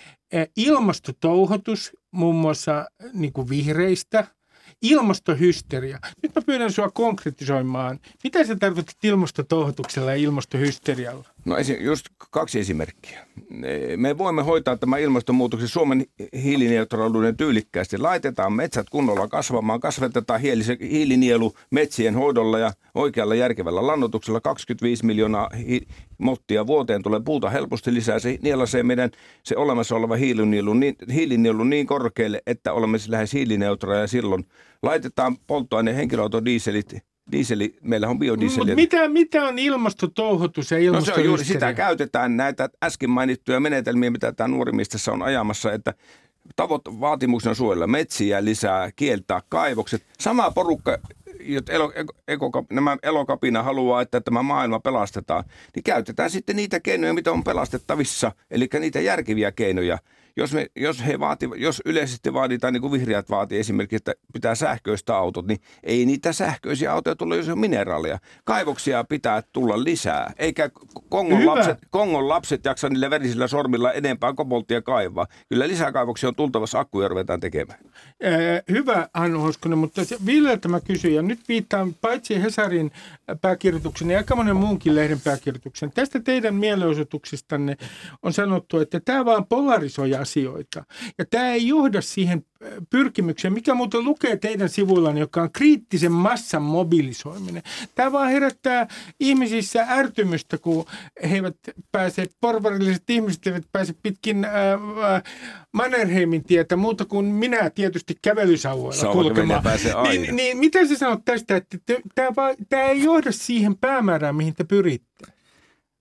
Ilmastotouhotus, muun muassa niin kuin vihreistä, ilmastohysteria. Nyt mä pyydän sinua konkretisoimaan. Mitä sä tarkoitat ilmastotouhotuksella ja ilmastohysterialla? No just kaksi esimerkkiä. Me voimme hoitaa tämän ilmastonmuutoksen Suomen hiilineutraaliuden tyylikkäästi. Laitetaan metsät kunnolla kasvamaan, kasvatetaan hiilinielu metsien hoidolla ja oikealla järkevällä lannoituksella. kaksikymmentäviisi miljoonaa hi- mottia vuoteen tulee puuta helposti lisää. Se nielasee meidän se olemassa oleva hiilinielu niin, hiilinielu niin korkealle, että olemme lähes hiilineutraaleja silloin. Laitetaan polttoaineen henkilöautodieselit. Dieseli, meillä on biodieseliä. Mitä, mitä on ilmastotouhotus ja ilmastohysteria? No se on juuri sitä. Käytetään näitä äsken mainittuja menetelmiä, mitä tämä nuori mies tässä on ajamassa, että tavoit vaatimuksena suojella metsiä lisää, kieltää kaivokset. Sama porukka, että elo, eko, nämä elokapina haluaa, että tämä maailma pelastetaan, niin käytetään sitten niitä keinoja, mitä on pelastettavissa, eli niitä järkeviä keinoja. Jos, me, jos, he vaati, jos yleisesti vaaditaan, niin kuin vihreät vaatii esimerkiksi, että pitää sähköistä autot, niin ei niitä sähköisiä autoja tule, jos on mineraaleja. Kaivoksia pitää tulla lisää, eikä Kongon, lapset, Kongon lapset jaksa niillä verisillä sormilla enempää kobolttia kaivaa. Kyllä lisäkaivoksia on tultavassa, akkuja ruvetaan tekemään. Äh, hyvä, Hannu Hoskonen, mutta Villeltä mä kysyn, ja nyt viittaan paitsi Hesarin pääkirjoituksen ja aika monen muunkin lehden pääkirjoituksen. Tästä teidän mielenosoituksistanne on sanottu, että tämä vaan polarisoi asioita. Ja tämä ei johda siihen pyrkimykseen, mikä muuten lukee teidän sivuillanne, joka on kriittisen massan mobilisoiminen. Tämä vaan herättää ihmisissä ärtymystä, kun he eivät pääse, porvarilliset ihmiset eivät pääse pitkin äh, äh, Mannerheimin tietä, muuta kuin minä tietysti kävelysauvoilla kulkemaan. Niin, niin mitä sä sanot tästä, että tämä ei johda siihen päämäärään, mihin te pyritte?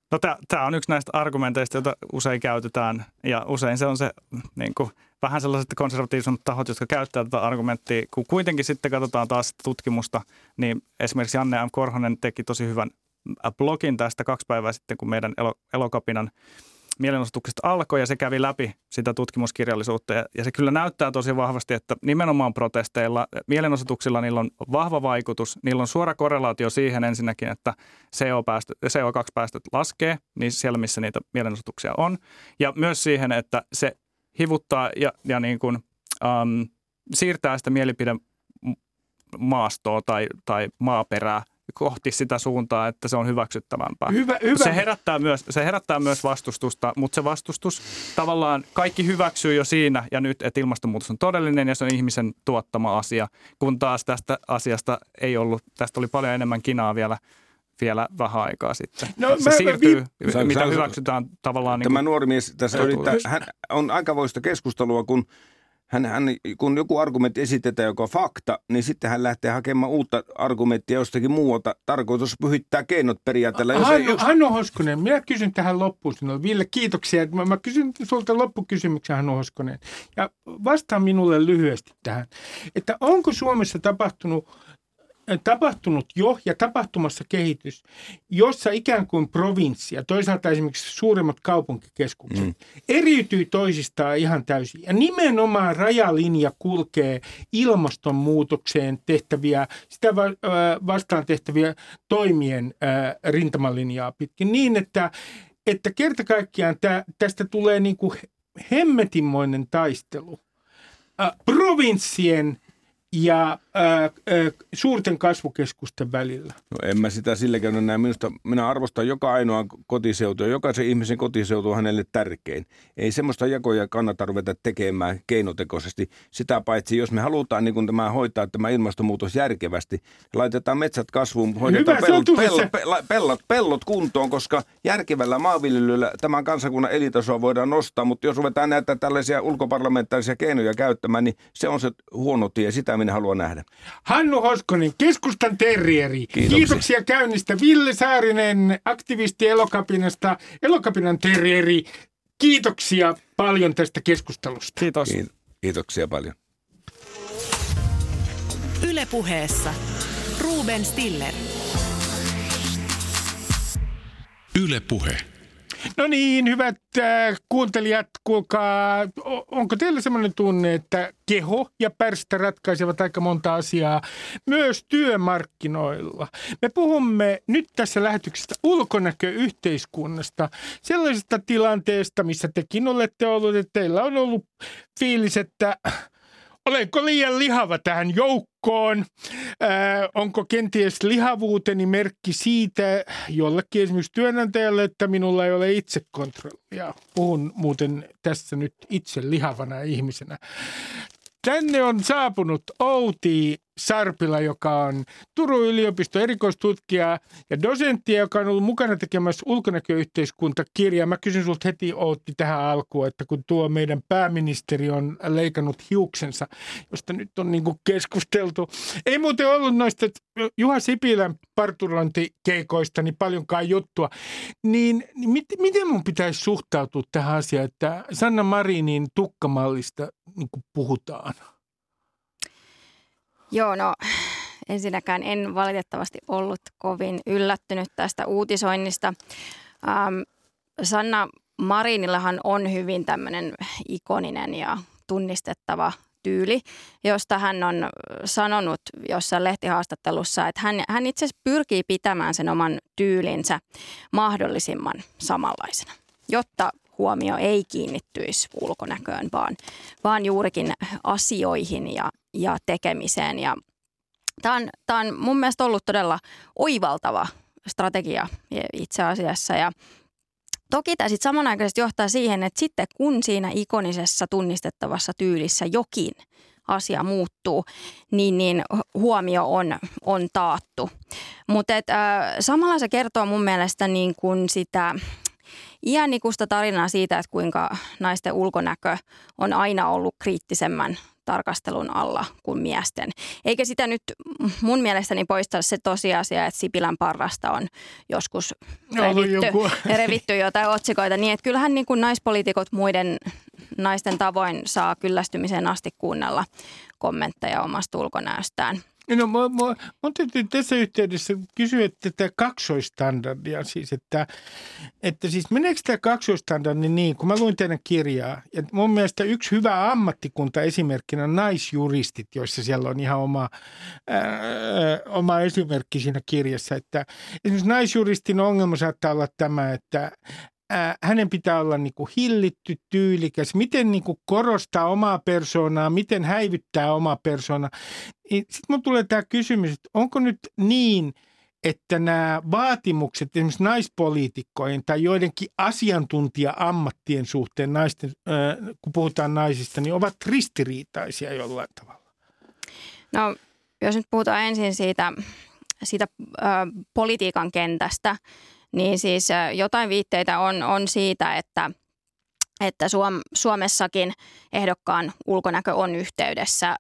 No tämä on yksi näistä argumenteista, joita usein käytetään ja usein se on se niin kuin, vähän sellaiset konservatiivisemmat tahot, jotka käyttää tätä argumenttia. Kun kuitenkin sitten katsotaan taas tutkimusta, niin esimerkiksi Janne M. Korhonen teki tosi hyvän blogin tästä kaksi päivää sitten, kun meidän Elokapinan mielenosoituksesta alkoi ja se kävi läpi sitä tutkimuskirjallisuutta ja, ja se kyllä näyttää tosi vahvasti, että nimenomaan protesteilla, mielenosoituksilla niillä on vahva vaikutus, niillä on suora korrelaatio siihen ensinnäkin, että C O kaksi päästöt laskee niin siellä, missä niitä mielenosoituksia on ja myös siihen, että se hivuttaa ja, ja niin kuin, um, siirtää sitä mielipidemaastoa tai, tai maaperää kohti sitä suuntaa, että se on hyväksyttävämpää. Hyvä, hyvä. Se, herättää myös, se herättää myös vastustusta, mutta se vastustus tavallaan kaikki hyväksyy jo siinä ja nyt, että ilmastonmuutos on todellinen ja se on ihmisen tuottama asia, kun taas tästä asiasta ei ollut, tästä oli paljon enemmän kinaa vielä, vielä vähän aikaa sitten. No, se mä, siirtyy, mä, mitä sä, hyväksytään tavallaan. Tämä niin kuin, nuori mies tässä yrittää, hän on aikamoista keskustelua, kun Hän, hän, kun joku argumentti esitetään, joka on fakta, niin sitten hän lähtee hakemaan uutta argumenttia jostakin muualta. Tarkoitus pyhittää keinot periaatteella. Jos Hannu, jos... Hannu Hoskonen, minä kysyn tähän loppuun sinulle. Ville, kiitoksia. Mä, mä kysyn sulta loppukysymyksen, Hannu Hoskonen. Ja vastaa minulle lyhyesti tähän. Että onko Suomessa tapahtunut tapahtunut jo ja tapahtumassa kehitys, jossa ikään kuin provinssi ja toisaalta esimerkiksi suuremmat kaupunkikeskukset mm. eriytyy toisistaan ihan täysin. Ja nimenomaan rajalinja kulkee ilmastonmuutokseen tehtäviä, sitä vastaan tehtäviä toimien rintamalinjaa pitkin niin, että, että kerta kaikkiaan tä, tästä tulee niin kuin hemmetinmoinen taistelu provinssien ja ää, ää, suurten kasvukeskusten välillä. No en mä sitä sillä keinoin näe. Minusta minä arvostan joka ainoa kotiseutu ja jokaisen ihmisen kotiseutu on hänelle tärkein. Ei semmoista jakoja kannata ruveta tekemään keinotekoisesti. Sitä paitsi, jos me halutaan niin tämä hoitaa tämä ilmastonmuutos järkevästi, laitetaan metsät kasvuun, hoidetaan Hyvä, pellot, pellot, pellot, pellot, pellot kuntoon, koska järkevällä maanviljelyllä tämän kansakunnan elitasoa voidaan nostaa, mutta jos ruvetaan näitä tällaisia ulkoparlamentaarisia keinoja käyttämään, niin se on se huono tie. Sitä minä haluan nähdä. Hannu Hoskonen, keskustan terrieri. Kiitoksia. Kiitoksia käynnistä. Ville Saarinen, aktivisti Elokapinasta, Elokapinan terrieri. Kiitoksia paljon tästä keskustelusta. Kiitos. Kiitoksia paljon. Yle Puheessa Ruben Stiller. Yle Puhe. No niin, hyvät äh, kuuntelijat, kuulkaa, onko teillä semmoinen tunne, että keho ja pärstä ratkaisevat aika monta asiaa myös työmarkkinoilla? Me puhumme nyt tässä lähetyksessä ulkonäköyhteiskunnasta, sellaisesta tilanteesta, missä tekin olette ollut, että teillä on ollut fiilis, että olenko liian lihava tähän joukkoon? Ää, onko kenties lihavuuteni merkki siitä jollekin esimerkiksi työnantajalle, että minulla ei ole itsekontrollia? Puhun muuten tässä nyt itse lihavana ihmisenä. Tänne on saapunut Outi Sarpila, joka on Turun yliopiston erikoistutkija ja dosentti, joka on ollut mukana tekemässä ulkonäköyhteiskuntakirjaa. Mä kysyn sulta heti, Outi, tähän alkuun, että kun tuo meidän pääministeri on leikannut hiuksensa, josta nyt on niin kuin keskusteltu. Ei muuten ollut noista Juha Sipilän parturointikeikoista niin paljonkaan juttua. Niin, niin mit, miten mun pitäisi suhtautua tähän asiaan, että Sanna Marinin tukkamallista niin kuin puhutaan? Joo, no ensinnäkään en valitettavasti ollut kovin yllättynyt tästä uutisoinnista. Ähm, Sanna Marinillahan on hyvin tämmöinen ikoninen ja tunnistettava tyyli, josta hän on sanonut jossain lehtihaastattelussa, että hän, hän itse asiassa pyrkii pitämään sen oman tyylinsä mahdollisimman samanlaisena, jotta huomio ei kiinnittyisi ulkonäköön, vaan, vaan juurikin asioihin ja, ja tekemiseen. Ja tämä on, tämä on mun mielestä ollut todella oivaltava strategia itse asiassa. Ja toki tämä sitten samanaikaisesti johtaa siihen, että sitten kun siinä ikonisessa tunnistettavassa tyylissä jokin asia muuttuu, niin, niin huomio on, on taattu. Mutta äh, samalla se kertoo mun mielestä niin kuin sitä iänikuista tarinaa siitä, että kuinka naisten ulkonäkö on aina ollut kriittisemmän tarkastelun alla kuin miesten. Eikä sitä nyt mun mielestäni poista se tosiasia, että Sipilän parrasta on joskus revitty, revitty jotain otsikoita. Niin, että kyllähän niin kuin naispoliitikot muiden naisten tavoin saa kyllästymiseen asti kuunnella kommentteja omasta ulkonäöstään. No, mä, mä, mä täytyy tässä yhteydessä kysyä tätä kaksoistandardia, siis että, että siis meneekö tämä kaksoistandardi niin, kun mä luin teidän kirjaa, ja mun mielestä yksi hyvä ammattikunta esimerkkinä on naisjuristit, joissa siellä on ihan oma, ää, oma esimerkki siinä kirjassa, että esimerkiksi naisjuristin ongelma saattaa olla tämä, että hänen pitää olla niin kuin hillitty, tyylikäs, miten niin kuin korostaa omaa persoonaa, miten häivyttää omaa persoonaa. Sitten mun tulee tämä kysymys, että onko nyt niin, että nämä vaatimukset esimerkiksi naispoliitikkojen tai joidenkin asiantuntija-ammattien suhteen, naisten, kun puhutaan naisista, niin ovat ristiriitaisia jollain tavalla? No, jos nyt puhutaan ensin siitä, siitä äh, politiikan kentästä, niin siis jotain viitteitä on, on siitä, että, että Suom, Suomessakin ehdokkaan ulkonäkö on yhteydessä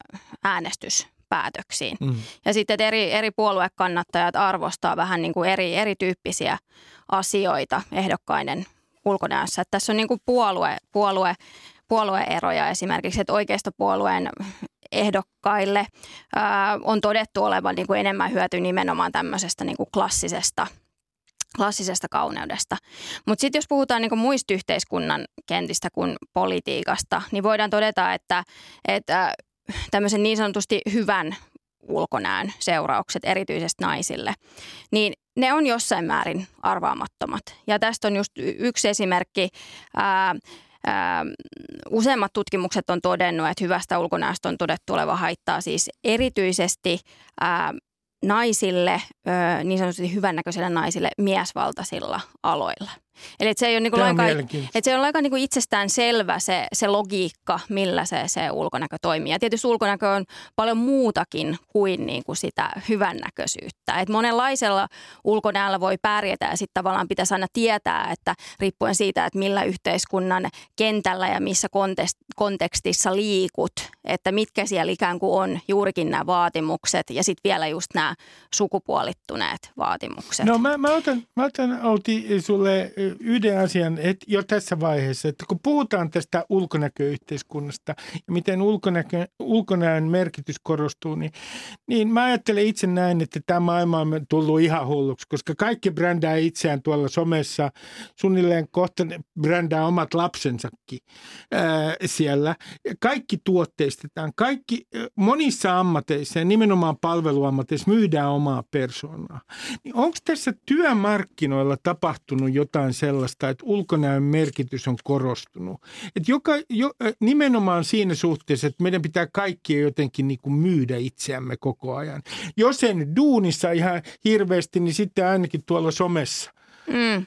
äänestyspäätöksiin. Mm. Ja sitten että eri, eri puoluekannattajat arvostaa vähän niin kuin eri, erityyppisiä asioita ehdokkaiden ulkonäössä. Että tässä on niin kuin puolue, puolue, puolueeroja esimerkiksi, että oikeistopuolueen ehdokkaille ää, on todettu olevan niin kuin enemmän hyöty nimenomaan tämmöisestä niin kuin klassisesta klassisesta kauneudesta. Mutta sitten jos puhutaan niinku muista yhteiskunnan kentistä kuin politiikasta, niin voidaan todeta, että, että tämmöisen niin sanotusti hyvän ulkonäön seuraukset erityisesti naisille, niin ne on jossain määrin arvaamattomat. Ja tästä on just yksi esimerkki. Ää, ää, useimmat tutkimukset on todennut, että hyvästä ulkonäöstä on todettu oleva haittaa siis erityisesti ää, naisille, niin sanotusti hyvännäköisille naisille miesvaltaisilla aloilla. Eli se ei ole, niin kuin lainkaan, että se on aika niin kuin itsestään selvä se, se logiikka, millä se, se ulkonäkö toimii. Ja tietysti ulkonäkö on paljon muutakin kuin, niin kuin sitä hyvännäköisyyttä. Että monenlaisella ulkonäöllä voi pärjätä ja sitten tavallaan pitäisi aina tietää, että riippuen siitä, että millä yhteiskunnan kentällä ja missä kontekstissa liikut, että mitkä siellä ikään kuin on juurikin nämä vaatimukset ja sitten vielä just nämä sukupuolittuneet vaatimukset. No mä, mä otan, mä otan Outi sulle yhden asian että jo tässä vaiheessa, että kun puhutaan tästä ulkonäköyhteiskunnasta ja miten ulkonäkö, ulkonäön merkitys korostuu, niin, niin mä ajattelen itse näin, että tämä maailma on tullut ihan hulluksi, koska kaikki brändää itseään tuolla somessa, suunnilleen kohta brändää omat lapsensakin ää, siellä. Kaikki tuotteistetaan, kaikki monissa ammateissa ja nimenomaan palveluammateissa myydään omaa persoonaa. Niin onko tässä työmarkkinoilla tapahtunut jotain sellaista, että ulkonäön merkitys on korostunut? Että joka, jo, nimenomaan siinä suhteessa, että meidän pitää kaikkia jotenkin niin kuin myydä itseämme koko ajan. Jos en duunissa ihan hirveästi, niin sitten ainakin tuolla somessa. Mm.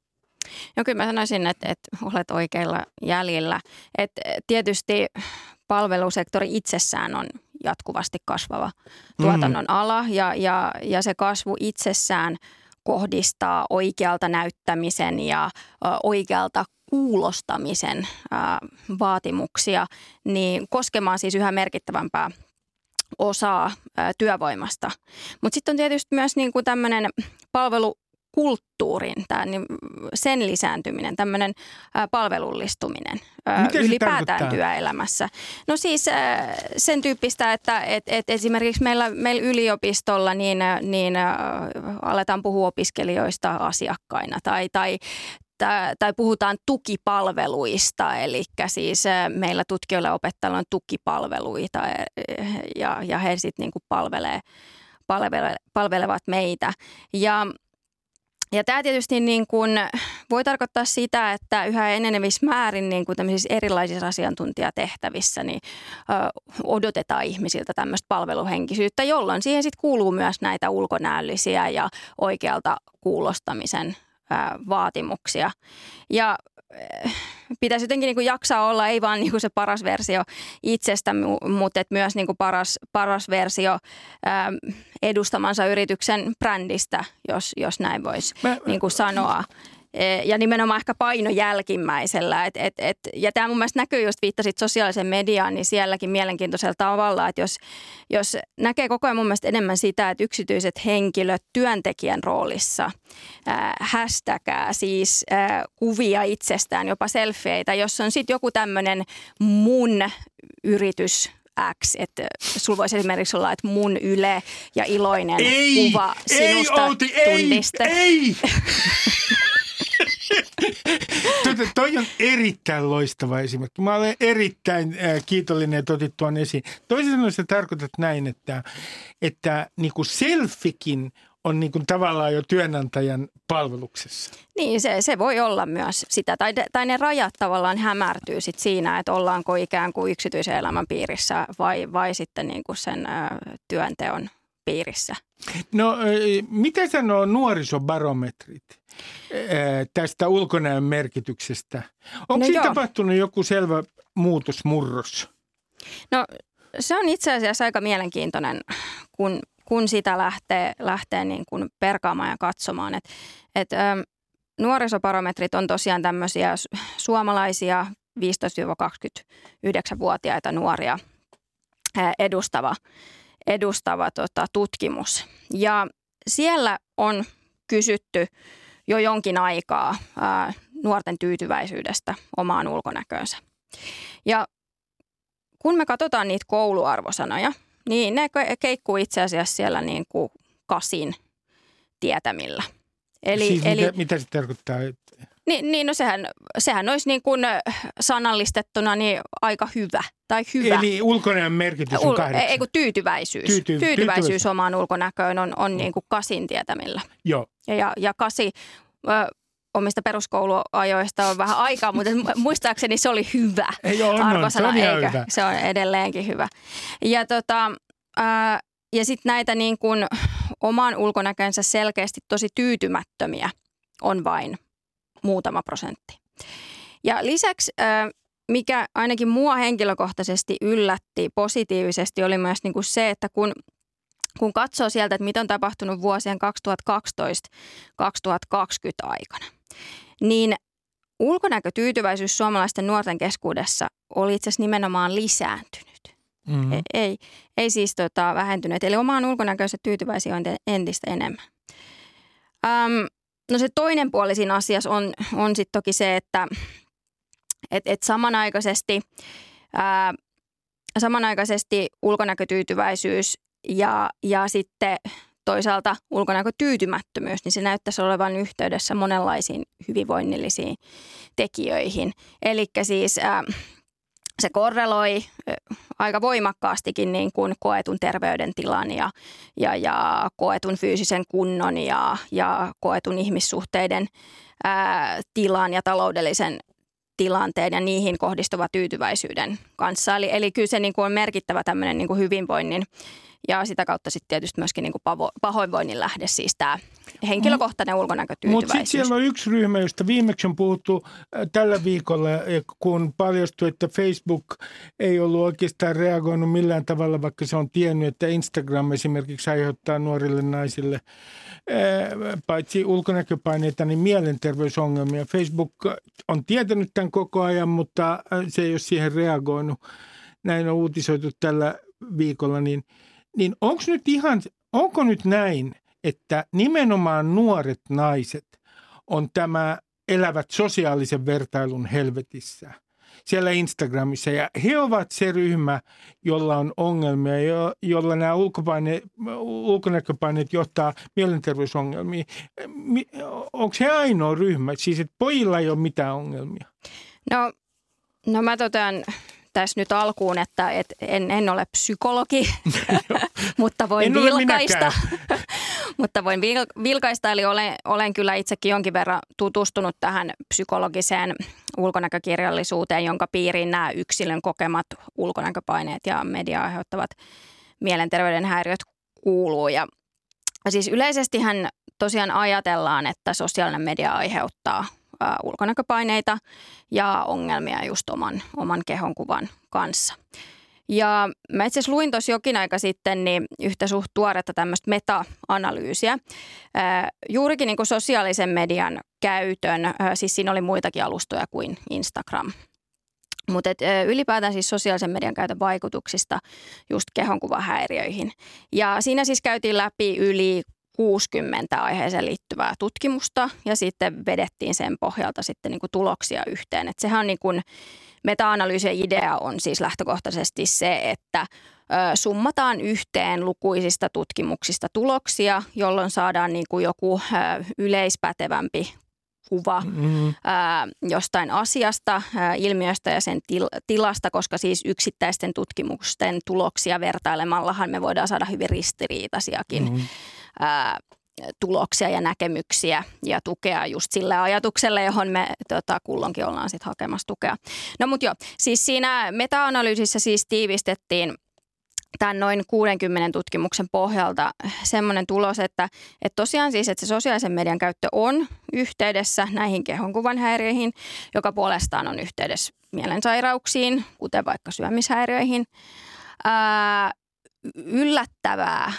No kyllä mä sanoisin, että, että olet oikeilla jäljillä. Että tietysti palvelusektori itsessään on jatkuvasti kasvava tuotannon ala ja, ja, ja se kasvu itsessään kohdistaa oikealta näyttämisen ja ö, oikealta kuulostamisen ö, vaatimuksia niin koskemaan siis yhä merkittävämpää osaa ö, työvoimasta. Mutta sitten on tietysti myös niinku tämmöinen palvelukulttuurin, tää, niin sen lisääntyminen, tämmöinen ö, palvelullistuminen ö, ylipäätään työelämässä. No siis ö, sen tyyppistä, että et, et esimerkiksi meillä, meillä yliopistolla niin, niin ö, aletaan puhua opiskelijoista asiakkaina tai, tai tai puhutaan tukipalveluista, eli siis meillä tutkijoille ja opettajilla on tukipalveluita ja, ja he sitten niinku palvelee, palvele, palvelevat meitä. Ja, ja tämä tietysti niin kuin voi tarkoittaa sitä, että yhä enenevissä määrin niin kuin tämmöisissä erilaisissa asiantuntijatehtävissä niin, ö, odotetaan ihmisiltä tämmöistä palveluhenkisyyttä, jolloin siihen sitten kuuluu myös näitä ulkonäöllisiä ja oikealta kuulostamisen vaatimuksia. Ja pitäisi jotenkin niin kuin jaksaa olla, ei vaan niin kuin se paras versio itsestä, mutta et myös niin kuin paras, paras versio ää, edustamansa yrityksen brändistä, jos, jos näin voisi niin kuin sanoa. ja nimenomaan ehkä paino jälkimmäisellä. Et, et, et, ja tämä mun mielestä näkyy, jos viittasit sosiaaliseen mediaan, niin sielläkin mielenkiintoisella tavalla, että jos, jos näkee koko ajan mun mielestä enemmän sitä, että yksityiset henkilöt työntekijän roolissa äh, hashtagää siis äh, kuvia itsestään, jopa selfieitä, jos on sitten joku tämmöinen mun yritys X, että sulla voisi esimerkiksi olla, että mun Yle ja iloinen ei, kuva sinusta ei, Outi, tunniste. Ei, ei. Tuota, toi on erittäin loistava esimerkki. Mä olen erittäin äh, kiitollinen, että otit tuon esiin. Toisin sanoen sä tarkoitat näin, että, että niinku selfikin on niinku tavallaan jo työnantajan palveluksessa. Niin, se, se voi olla myös sitä. Tai, tai ne rajat tavallaan hämärtyy sit siinä, että ollaanko ikään kuin yksityisen elämän piirissä vai, vai sitten niinku sen ö, työnteon piirissä. No, mitä sanoo nuorisobarometrit tästä ulkonäön merkityksestä? Onko No siinä joo. tapahtunut joku selvä muutos, murros? No se on itse asiassa aika mielenkiintoinen, kun, kun sitä lähtee, lähtee niin kuin perkaamaan ja katsomaan. Et, et, ähm, nuorisobarometrit on tosiaan tämmöisiä suomalaisia viisitoista–kaksikymmentäyhdeksän-vuotiaita nuoria äh, edustava, edustava tota, tutkimus. Ja siellä on kysytty jo jonkin aikaa ää, nuorten tyytyväisyydestä omaan ulkonäköönsä. Ja kun me katsotaan niitä kouluarvosanoja, niin ne keikkuu itse asiassa siellä niin kuin kasin tietämillä. Eli, siis eli, mitä, mitä se tarkoittaa? niin, niin no sehän, sehän olisi niin kuin sanallistettuna niin aika hyvä tai hyvä. Eli ulkonäön merkitys on kahdeksan. Ei kun tyytyväisyys. Tyyty- tyytyväisyys tyytyväisyys omaan ulkonäköön on, on niin kuin kasin tietämillä. Joo. Ja, ja, ja kasi ö, omista peruskouluajoista on vähän aikaa, mutta muistaakseni se oli hyvä Joo, on, on, se on ihan eikä, hyvä. se on edelleenkin hyvä. Ja, tota, ää, ja sitten näitä niin kuin oman ulkonäkönsä selkeästi tosi tyytymättömiä on vain muutama prosentti. Ja lisäksi, mikä ainakin mua henkilökohtaisesti yllätti positiivisesti, oli myös niin kuin se, että kun, kun katsoo sieltä, että mitä on tapahtunut vuosien kaksituhattakaksitoista kaksituhattakaksikymmentä aikana, niin ulkonäkötyytyväisyys suomalaisten nuorten keskuudessa oli itse asiassa nimenomaan lisääntynyt. Mm-hmm. Ei, ei siis tota, vähentynyt. Eli omaan ulkonäkönsä tyytyväisiä on entistä enemmän. Öm, no se toinen puoli siinä asiassa on, on sitten toki se, että et, et samanaikaisesti, ää, samanaikaisesti ulkonäkötyytyväisyys ja, ja sitten toisaalta ulkonäkötyytymättömyys, niin se näyttäisi olevan yhteydessä monenlaisiin hyvinvoinnillisiin tekijöihin. Eli siis ää, se korreloi aika voimakkaastikin niin kuin koetun terveydentilan ja, ja, ja koetun fyysisen kunnon ja, ja koetun ihmissuhteiden ää, tilan ja taloudellisen tilanteen ja niihin kohdistuva tyytyväisyyden kanssa. Eli, eli kyllä se niin kuin on merkittävä tämmöinen niin kuin hyvinvoinnin ja sitä kautta sitten tietysti myöskin niin kuin pavo, pahoinvoinnin lähde, siis tämä henkilökohtainen ulkonäkötyytyväisyys. Mutta sitten siellä on yksi ryhmä, josta viimeksi on puhuttu tällä viikolla, kun paljastui, että Facebook ei ollut oikeastaan reagoinut millään tavalla, vaikka se on tiennyt, että Instagram esimerkiksi aiheuttaa nuorille naisille paitsi ulkonäköpaineita, niin mielenterveysongelmia. Facebook on tietänyt tämän koko ajan, mutta se ei ole siihen reagoinut. Näin on uutisoitu tällä viikolla, niin Niin onko nyt ihan, onko nyt näin, että nimenomaan nuoret naiset on tämä elävät sosiaalisen vertailun helvetissä siellä Instagramissa ja he ovat se ryhmä, jolla on ongelmia, jo, jolla nämä ulkopaine, ulkonäköpaineet johtaa mielenterveysongelmiin. Onko he ainoa ryhmä, siis että pojilla ei ole mitään ongelmia? No, no mä totean tässä nyt alkuun, että et en, en ole psykologi, mutta voin en vilkaista. mutta voin vil, vilkaista, eli olen, olen kyllä itsekin jonkin verran tutustunut tähän psykologiseen ulkonäkökirjallisuuteen, jonka piiriin nämä yksilön kokemat ulkonäköpaineet ja media aiheuttavat mielenterveyden häiriöt kuuluu. Ja siis yleisestihän tosiaan ajatellaan, että sosiaalinen media aiheuttaa ulkonäköpaineita ja ongelmia just oman, oman kehonkuvan kanssa. Ja mä itse asiassa luin tuossa jokin aika sitten niin yhtä suht tuoretta tämmöistä meta-analyysiä. Ää, juurikin niin kuin sosiaalisen median käytön, ää, siis siinä oli muitakin alustoja kuin Instagram. Mutta ylipäätään siis sosiaalisen median käytön vaikutuksista just kehonkuvahäiriöihin. Ja siinä siis käytiin läpi yli kuusikymmentä aiheeseen liittyvää tutkimusta ja sitten vedettiin sen pohjalta sitten niin kuin tuloksia yhteen. Et sehän on niin kuin meta-analyysin idea on siis lähtökohtaisesti se, että summataan yhteen lukuisista tutkimuksista tuloksia, jolloin saadaan niin kuin joku yleispätevämpi kuva mm. ää, jostain asiasta, ää, ilmiöstä ja sen til- tilasta, koska siis yksittäisten tutkimusten tuloksia vertailemallahan me voidaan saada hyvin ristiriitaisiakin mm. ää, tuloksia ja näkemyksiä ja tukea just sille ajatukselle, johon me tota, kulloinkin ollaan sitten hakemassa tukea. No mutta joo, siis siinä meta-analyysissä siis tiivistettiin tämän noin kuudenkymmenen tutkimuksen pohjalta semmoinen tulos, että, että tosiaan siis, että se sosiaalisen median käyttö on yhteydessä näihin kehonkuvan häiriöihin, joka puolestaan on yhteydessä mielensairauksiin, kuten vaikka syömishäiriöihin. Ää, yllättävää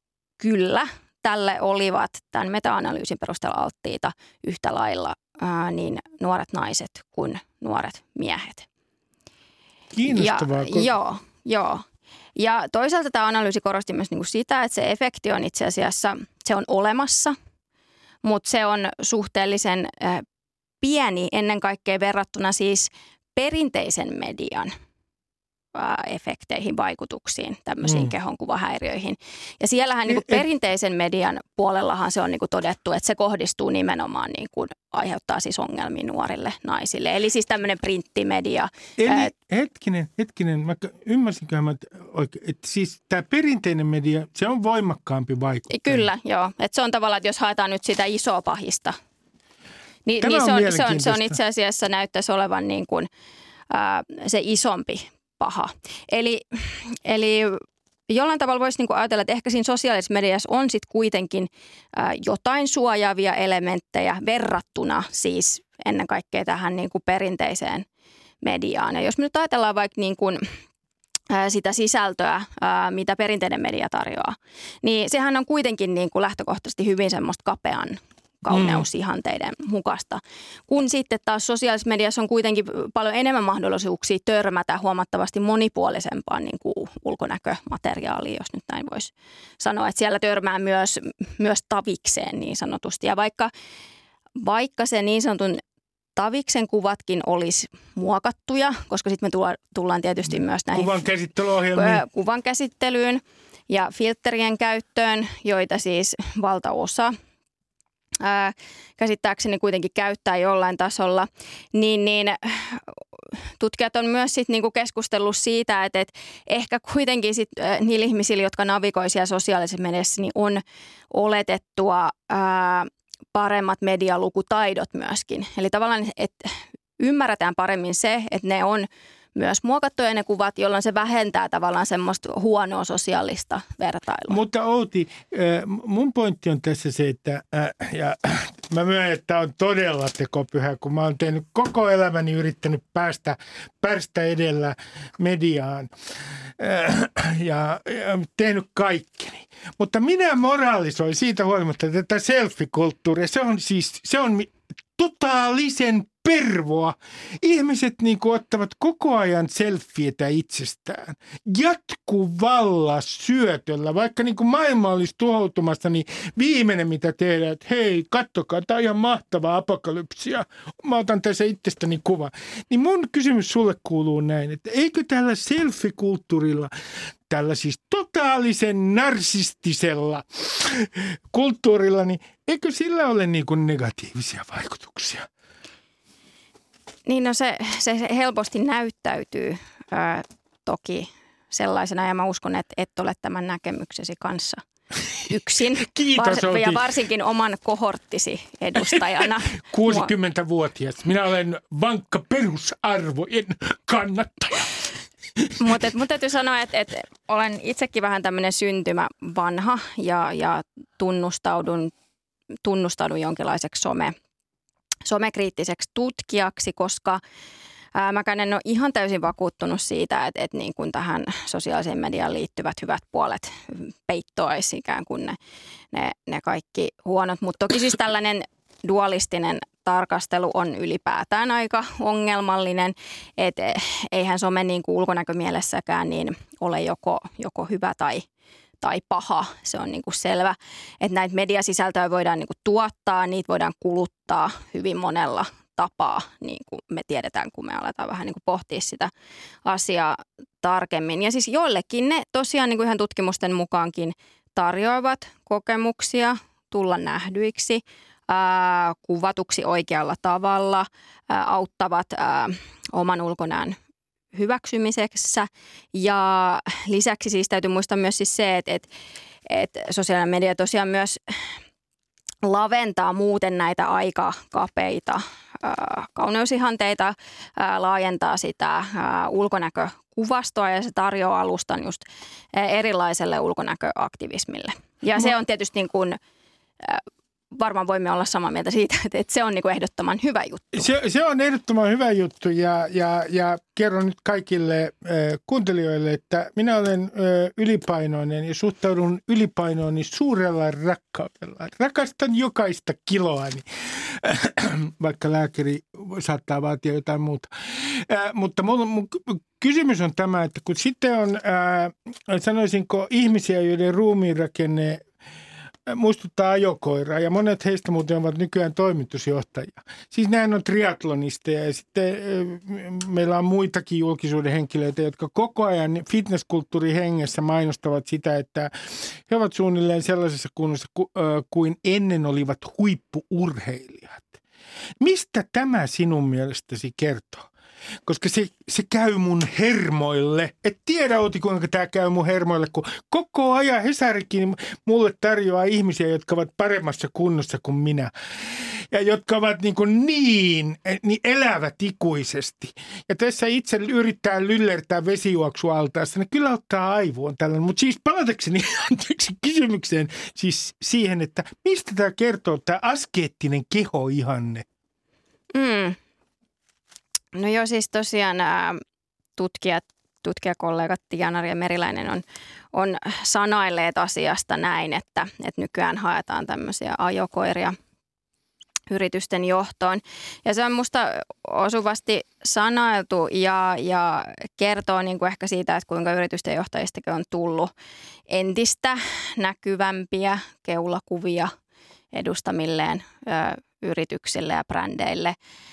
kyllä tälle olivat tämän meta-analyysin perusteella alttiita yhtä lailla ää, niin nuoret naiset kuin nuoret miehet. Kiinnostavaa. Ja, joo, joo. Ja toisaalta tämä analyysi korosti myös niin kuin sitä, että se efekti on itse asiassa, se on olemassa, mutta se on suhteellisen äh, pieni ennen kaikkea verrattuna siis perinteisen median äh, efekteihin, vaikutuksiin, tämmöisiin mm. kehonkuvahäiriöihin. Ja siellähän niin kuin perinteisen median puolellahan se on niin kuin todettu, että se kohdistuu nimenomaan niin kuin aiheuttaa siis ongelmia nuorille naisille. Eli siis tämmöinen printtimedia. Eli ää, hetkinen, hetkinen, mä ymmärsinkö mä oikein, että siis tämä perinteinen media, se on voimakkaampi vaikuttaja. Kyllä, joo. Että se on tavallaan, että jos haetaan nyt sitä isoa pahista, niin, Tämä niin se, on on, se, on, se on itse asiassa näyttäisi olevan niin kuin, ää, se isompi paha. Eli, eli jollain tavalla voisi niin kuin ajatella, että ehkä siinä sosiaalisessa mediassa on sitten kuitenkin ää, jotain suojaavia elementtejä verrattuna siis ennen kaikkea tähän niin kuin perinteiseen mediaan. Ja jos me nyt ajatellaan vaikka niin kuin, ää, sitä sisältöä, ää, mitä perinteinen media tarjoaa, niin sehän on kuitenkin niin kuin lähtökohtaisesti hyvin semmoista kapean kauneusihanteiden mukaista. Kun sitten taas sosiaalisessa mediassa on kuitenkin paljon enemmän mahdollisuuksia törmätä huomattavasti monipuolisempaan niin kuin ulkonäkömateriaaliin, jos nyt näin voisi sanoa. Että siellä törmää myös, myös tavikseen niin sanotusti. Ja vaikka, vaikka se niin sanotun taviksen kuvatkin olisi muokattuja, koska sitten me tulla, tullaan tietysti myös näihin kuvan käsittelyohjelmiin. Kuvan käsittelyyn ja filtterien käyttöön, joita siis valtaosa Ää, käsittääkseni kuitenkin käyttää jollain tasolla, niin, niin tutkijat on myös sit niinku keskustellut siitä, että et ehkä kuitenkin sit, äh, niillä ihmisillä, jotka navigoivat siellä sosiaalisessa mediassa, niin on oletettua ää, paremmat medialukutaidot myöskin. Eli tavallaan, että ymmärretään paremmin se, että ne on myös muokattuja ne kuvat, jolloin se vähentää tavallaan semmoista huonoa sosiaalista vertailua. Mutta Outi, mun pointti on tässä se, että ja mä myönnän, että tämä on todella tekopyhä, kun mä oon tehnyt koko elämäni yrittänyt päästä, päästä edellä mediaan ja, ja tehnyt kaikkeni. Mutta minä moralisoin siitä huolimatta tätä selfie-kulttuuria. Se on siis, se on totaalisen pervoa. Ihmiset niin kuin ottavat koko ajan selfietä itsestään. Jatkuvalla syötöllä. Vaikka niin kuin maailma olisi tuhoutumassa, niin viimeinen mitä tehdään, että hei, kattokaa, tämä on ihan mahtavaa apokalypsia. Mä otan tässä itsestäni kuva. Niin mun kysymys sulle kuuluu näin, että eikö tällä selfie-kulttuurilla, tällä siis totaalisen narsistisella kulttuurilla, niin eikö sillä ole niin kuin negatiivisia vaikutuksia? Niin no se, se helposti näyttäytyy ää, toki sellaisena ja mä uskon, että et ole tämän näkemyksesi kanssa yksin. Kiitos, Vars, ja varsinkin oman kohorttisi edustajana. kuusikymmentävuotias. Minä olen vankka perusarvojen kannattaja. Mutta mut täytyy sanoa, että et olen itsekin vähän tämmöinen syntymä vanha ja, ja tunnustaudun, tunnustaudun jonkinlaiseksi some somekriittiseksi tutkijaksi, koska Ää, mäkään en ole ihan täysin vakuuttunut siitä, että, että niin kuin tähän sosiaaliseen mediaan liittyvät hyvät puolet peittoaisi ikään kuin ne, ne, ne kaikki huonot. Mutta toki siis tällainen dualistinen tarkastelu on ylipäätään aika ongelmallinen, että eihän some niin kuin ulkonäkömielessäkään niin ole joko, joko hyvä tai, tai paha. Se on niin kuin selvä, että näitä mediasisältöjä voidaan niin kuin tuottaa, niitä voidaan kuluttaa hyvin monella tapaa, niin kuin me tiedetään, kun me aletaan vähän niin kuin pohtia sitä asiaa tarkemmin. Ja siis joillekin ne tosiaan niin kuin ihan tutkimusten mukaankin tarjoavat kokemuksia tulla nähdyiksi, ää, kuvatuksi oikealla tavalla, ää, auttavat ää, oman ulkonäön hyväksymisessä. Ja lisäksi siis täytyy muistaa myös siis se, että, että, että sosiaalinen media tosiaan myös laventaa muuten näitä aika kapeita ää, kauneusihanteita, ää, laajentaa sitä ää, ulkonäkökuvastoa ja se tarjoaa alustan just ää, erilaiselle ulkonäköaktivismille. Ja se on tietysti niin kuin, ää, varmaan voimme olla samaa mieltä siitä, että se on niin kuin ehdottoman hyvä juttu. Se, se on ehdottoman hyvä juttu ja, ja, ja kerron nyt kaikille äh, kuuntelijoille, että minä olen äh, ylipainoinen ja suhtaudun ylipainooni suurella rakkaudella. Rakastan jokaista kiloani, vaikka lääkäri saattaa vaatia jotain muuta. Äh, mutta mun, mun kysymys on tämä, että kun sitten on, äh, sanoisinko, ihmisiä, joiden ruumiinrakenne muistuttaa ajokoiraa ja monet heistä muuten ovat nykyään toimitusjohtajia. Siis näin on triatlonisteja ja sitten meillä on muitakin julkisuuden henkilöitä, jotka koko ajan fitnesskulttuurin hengessä mainostavat sitä, että he ovat suunnilleen sellaisessa kunnossa kuin ennen olivat huippu-urheilijat. Mistä tämä sinun mielestäsi kertoo? Koska se, se käy mun hermoille. Et tiedä, Outi, kuinka tämä käy mun hermoille, kun koko ajan Hesarikin mulle tarjoaa ihmisiä, jotka ovat paremmassa kunnossa kuin minä. Ja jotka ovat niin, kuin niin, niin elävät ikuisesti. Ja tässä itse yrittää lyllertää vesijuoksualtaassa, niin kyllä ottaa aivoon tällainen. Mutta siis palatakseni anteeksi kysymykseen, siis siihen, että mistä tämä kertoo, tämä askeettinen kehoihanne? Mm. No joo, siis tosiaan ää, tutkijat, tutkijakollegat Janar ja Meriläinen on, on sanailleet asiasta näin, että, että nykyään haetaan tämmöisiä ajokoiria yritysten johtoon. Ja se on musta osuvasti sanailtu ja, ja kertoo niin kuin ehkä siitä, että kuinka yritysten johtajistakin on tullut entistä näkyvämpiä keulakuvia edustamilleen ö, yrityksille ja brändeille.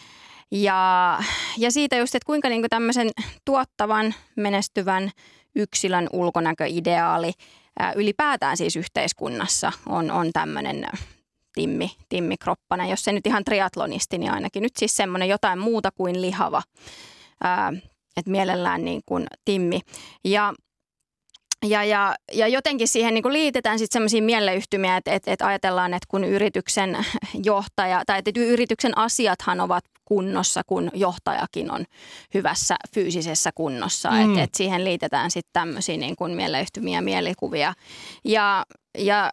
Ja, ja siitä just, että kuinka niinku tämmöisen tuottavan, menestyvän yksilön ulkonäköideaali ää, ylipäätään siis yhteiskunnassa on, on tämmöinen timmi, timmikroppainen. Jos se nyt ihan triatlonisti, niin ainakin nyt siis semmoinen jotain muuta kuin lihava, ää, että mielellään niin kuin timmi. Ja Ja, ja, ja jotenkin siihen niin kuin liitetään sitten semmoisia mieleyhtymiä, että, että, että ajatellaan, että kun yrityksen johtaja, tai että yrityksen asiathan ovat kunnossa, kun johtajakin on hyvässä fyysisessä kunnossa. Mm. Että, että siihen liitetään sitten tämmöisiä niin kuin mieleyhtymiä, mielikuvia. Ja, ja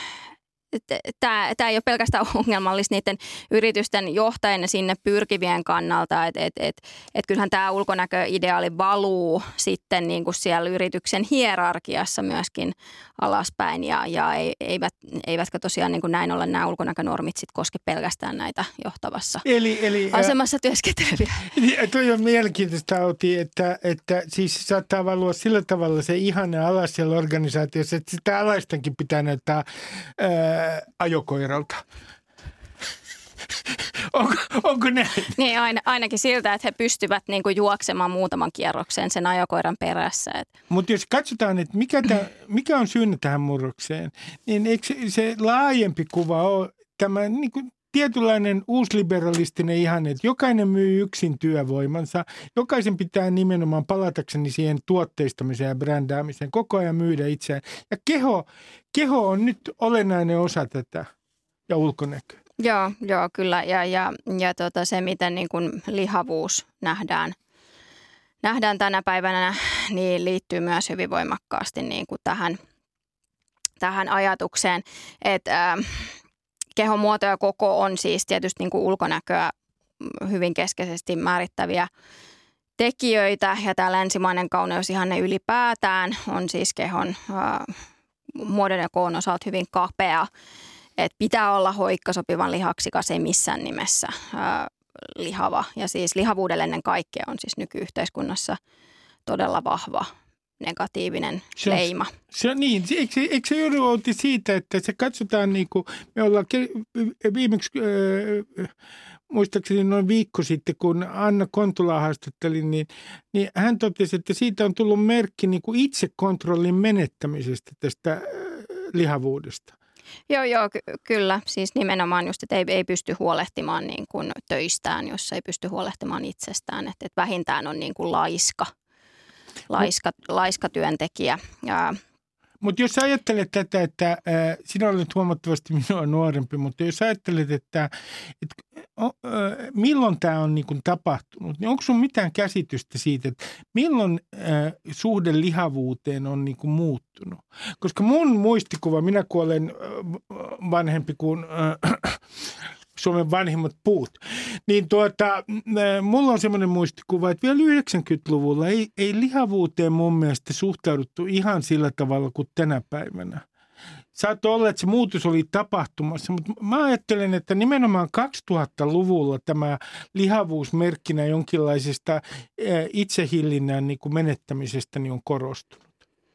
Tämä, tämä ei ole pelkästään ongelmallista niiden yritysten johtajien sinne pyrkivien kannalta, että et, et, et kyllähän tämä ulkonäköideaali valuu sitten niin kuin siellä yrityksen hierarkiassa myöskin alaspäin ja, ja eivät, eivätkä tosiaan niin kuin näin ollen nämä ulkonäkönormit sit koske pelkästään näitä johtavassa eli, eli, asemassa ä, työskenteleviä. Tuo on mielenkiintoista, Outi, että, että siis saattaa valua sillä tavalla se ihanne alas siellä organisaatiossa, että sitä alaistenkin pitää näyttää ää, ajokoiralta. onko, onko näin? Niin, aina, ainakin siltä, että he pystyvät niin kuin juoksemaan muutaman kierroksen sen ajokoiran perässä. Mutta jos katsotaan, että mikä, tämä, mikä on syynä tähän murrokseen, niin eikö se, se laajempi kuva ole tämä niin kuin tietynlainen uusliberalistinen ihanne, että jokainen myy yksin työvoimansa. Jokaisen pitää nimenomaan palatakseni siihen tuotteistamiseen ja brändäämiseen, koko ajan myydä itseään. Ja keho, keho on nyt olennainen osa tätä ja ulkonäkö. Joo, joo kyllä. Ja, ja, ja tota, se, miten niin kuin lihavuus nähdään, nähdään tänä päivänä, niin liittyy myös hyvin voimakkaasti niin kuin tähän, tähän ajatukseen, että äh, kehon muoto ja koko on siis tietysti niin kuin ulkonäköä hyvin keskeisesti määrittäviä tekijöitä ja tämä länsimainen kauneusihanne ylipäätään on siis kehon ää, muodon ja koon osalta hyvin kapea. Et pitää olla hoikka sopivan lihaksikas, ei missään nimessä ää, lihava. Ja siis lihavuudelle ennen kaikkea on siis nykyyhteiskunnassa todella vahva negatiivinen se on, leima. Se on niin. Eikö, eikö se joudu outi siitä, että se katsotaan niin kuin, me ollaan viimeksi, äh, muistaakseni noin viikko sitten, kun Anna Kontula haastatteli, niin, niin hän totesi, että siitä on tullut merkki niin kuin itsekontrollin menettämisestä tästä äh, lihavuudesta. Joo, joo, ky- kyllä. Siis nimenomaan just, että ei, ei pysty huolehtimaan niin kuin töistään, jos ei pysty huolehtimaan itsestään. Että, että vähintään on niin kuin laiska, laiska, no. laiska työntekijä. Ja mutta jos ajattelet tätä, että äh, sinä olet huomattavasti minua nuorempi, mutta jos ajattelet, että, että äh, milloin tämä on niin kuin tapahtunut, niin onko sinulla mitään käsitystä siitä, että milloin äh, suhde lihavuuteen on niin kuin muuttunut? Koska mun muistikuva, minä kun olen äh, vanhempi kuin äh, Suomen vanhimmat puut, niin tuota, äh, mulla on semmoinen muistikuva, että vielä yhdeksänkymmentäluvulla ei, ei lihavuuteen mun mielestä suhtauduttu ihan sillä tavalla kuin tänä päivänä. Saattoi olla, että se muutos oli tapahtumassa, mutta mä ajattelen, että nimenomaan kaksituhattaluvulla tämä lihavuus merkkinä jonkinlaisesta äh, itsehillinnän niin kuin menettämisestä niin on korostunut.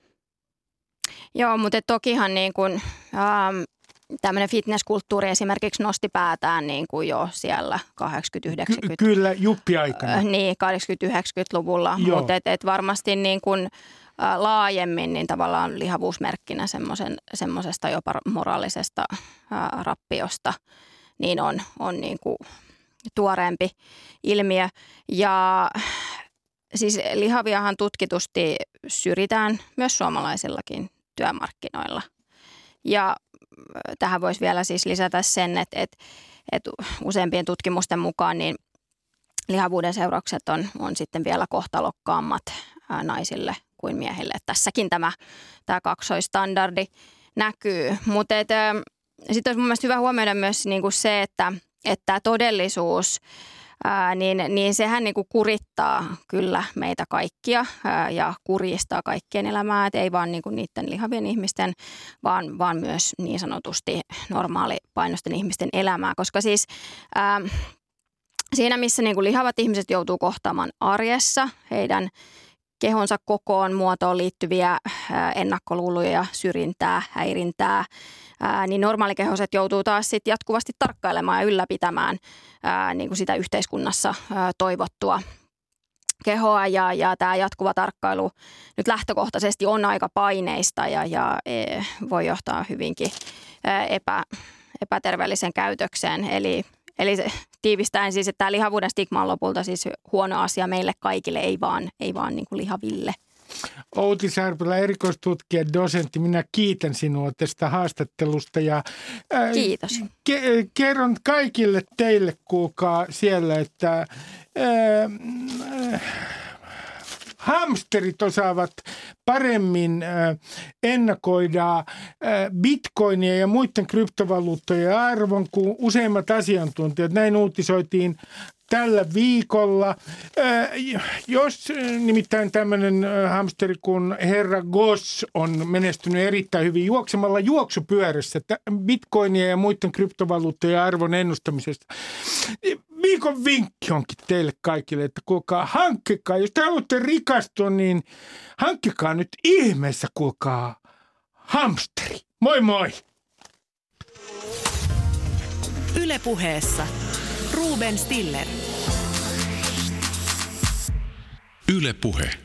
Joo, mutta tokihan niin kuin, ähm, tämmöinen fitnesskulttuuri esimerkiksi nosti päätään niin kuin jo siellä kahdeksankymmentä-yhdeksänkymmentä. Ky- kyllä, juppi-aikana. Äh, niin, kahdeksankymmentä-yhdeksänkymmentäluvulla, mutta et, et varmasti niin kuin, äh, laajemmin niin tavallaan lihavuusmerkkinä semmoisesta jopa moraalisesta äh, rappiosta niin on, on niin kuin tuoreempi ilmiö. Ja siis lihaviahan tutkitusti syrjitään myös suomalaisillakin työmarkkinoilla. Ja tähän voisi vielä siis lisätä sen, että, että, että useimpien tutkimusten mukaan niin lihavuuden seuraukset on, on sitten vielä kohtalokkaammat naisille kuin miehille. Että tässäkin tämä, tämä kaksoistandardi näkyy. Mutta sitten olisi mun mielestä hyvä huomioida myös niin kuin se, että, että todellisuus Ää, niin, niin sehän niin kuin kurittaa kyllä meitä kaikkia ää, ja kurjistaa kaikkien elämää, et ei vaan niin kuin niiden lihavien ihmisten, vaan, vaan myös niin sanotusti normaalipainoisten ihmisten elämää, koska siis ää, siinä missä niin kuin lihavat ihmiset joutuu kohtaamaan arjessa heidän kehonsa kokoon, muotoon liittyviä ää, ennakkoluuloja, syrjintää, häirintää, Ää, niin normaalikehoiset joutuu taas sit jatkuvasti tarkkailemaan ja ylläpitämään ää, niin kuin sitä yhteiskunnassa ää, toivottua kehoa. Ja, ja tämä jatkuva tarkkailu nyt lähtökohtaisesti on aika paineista ja, ja e, voi johtaa hyvinkin ää, epä, epäterveelliseen käytökseen. Eli, eli tiivistäen siis, että tämä lihavuuden stigma on lopulta siis huono asia meille kaikille, ei vaan, ei vaan niin kuin lihaville. Outi Särpylä, erikoistutkija, dosentti, minä kiitän sinua tästä haastattelusta ja ää, Kiitos. Ke- kerron kaikille teille, kuulkaa siellä, että ää, ää, hamsterit osaavat paremmin ää, ennakoida ää, bitcoinia ja muiden kryptovaluuttojen arvon kuin useimmat asiantuntijat. Näin uutisoitiin tällä viikolla. Jos nimittäin tämmöinen hamsteri kuin Herra Goss on menestynyt erittäin hyvin juoksemalla juoksupyörässä bitcoinia ja muiden kryptovaluuttojen arvon ennustamisesta. Viikon vinkki onkin teille kaikille, että kuulkaa, hankkikaa, jos te haluatte rikastua, niin hankkikaa nyt ihmeessä, kuulkaa, hamsteri. Moi moi! Yle Puheessa Ruben Stiller. Yle Puhe.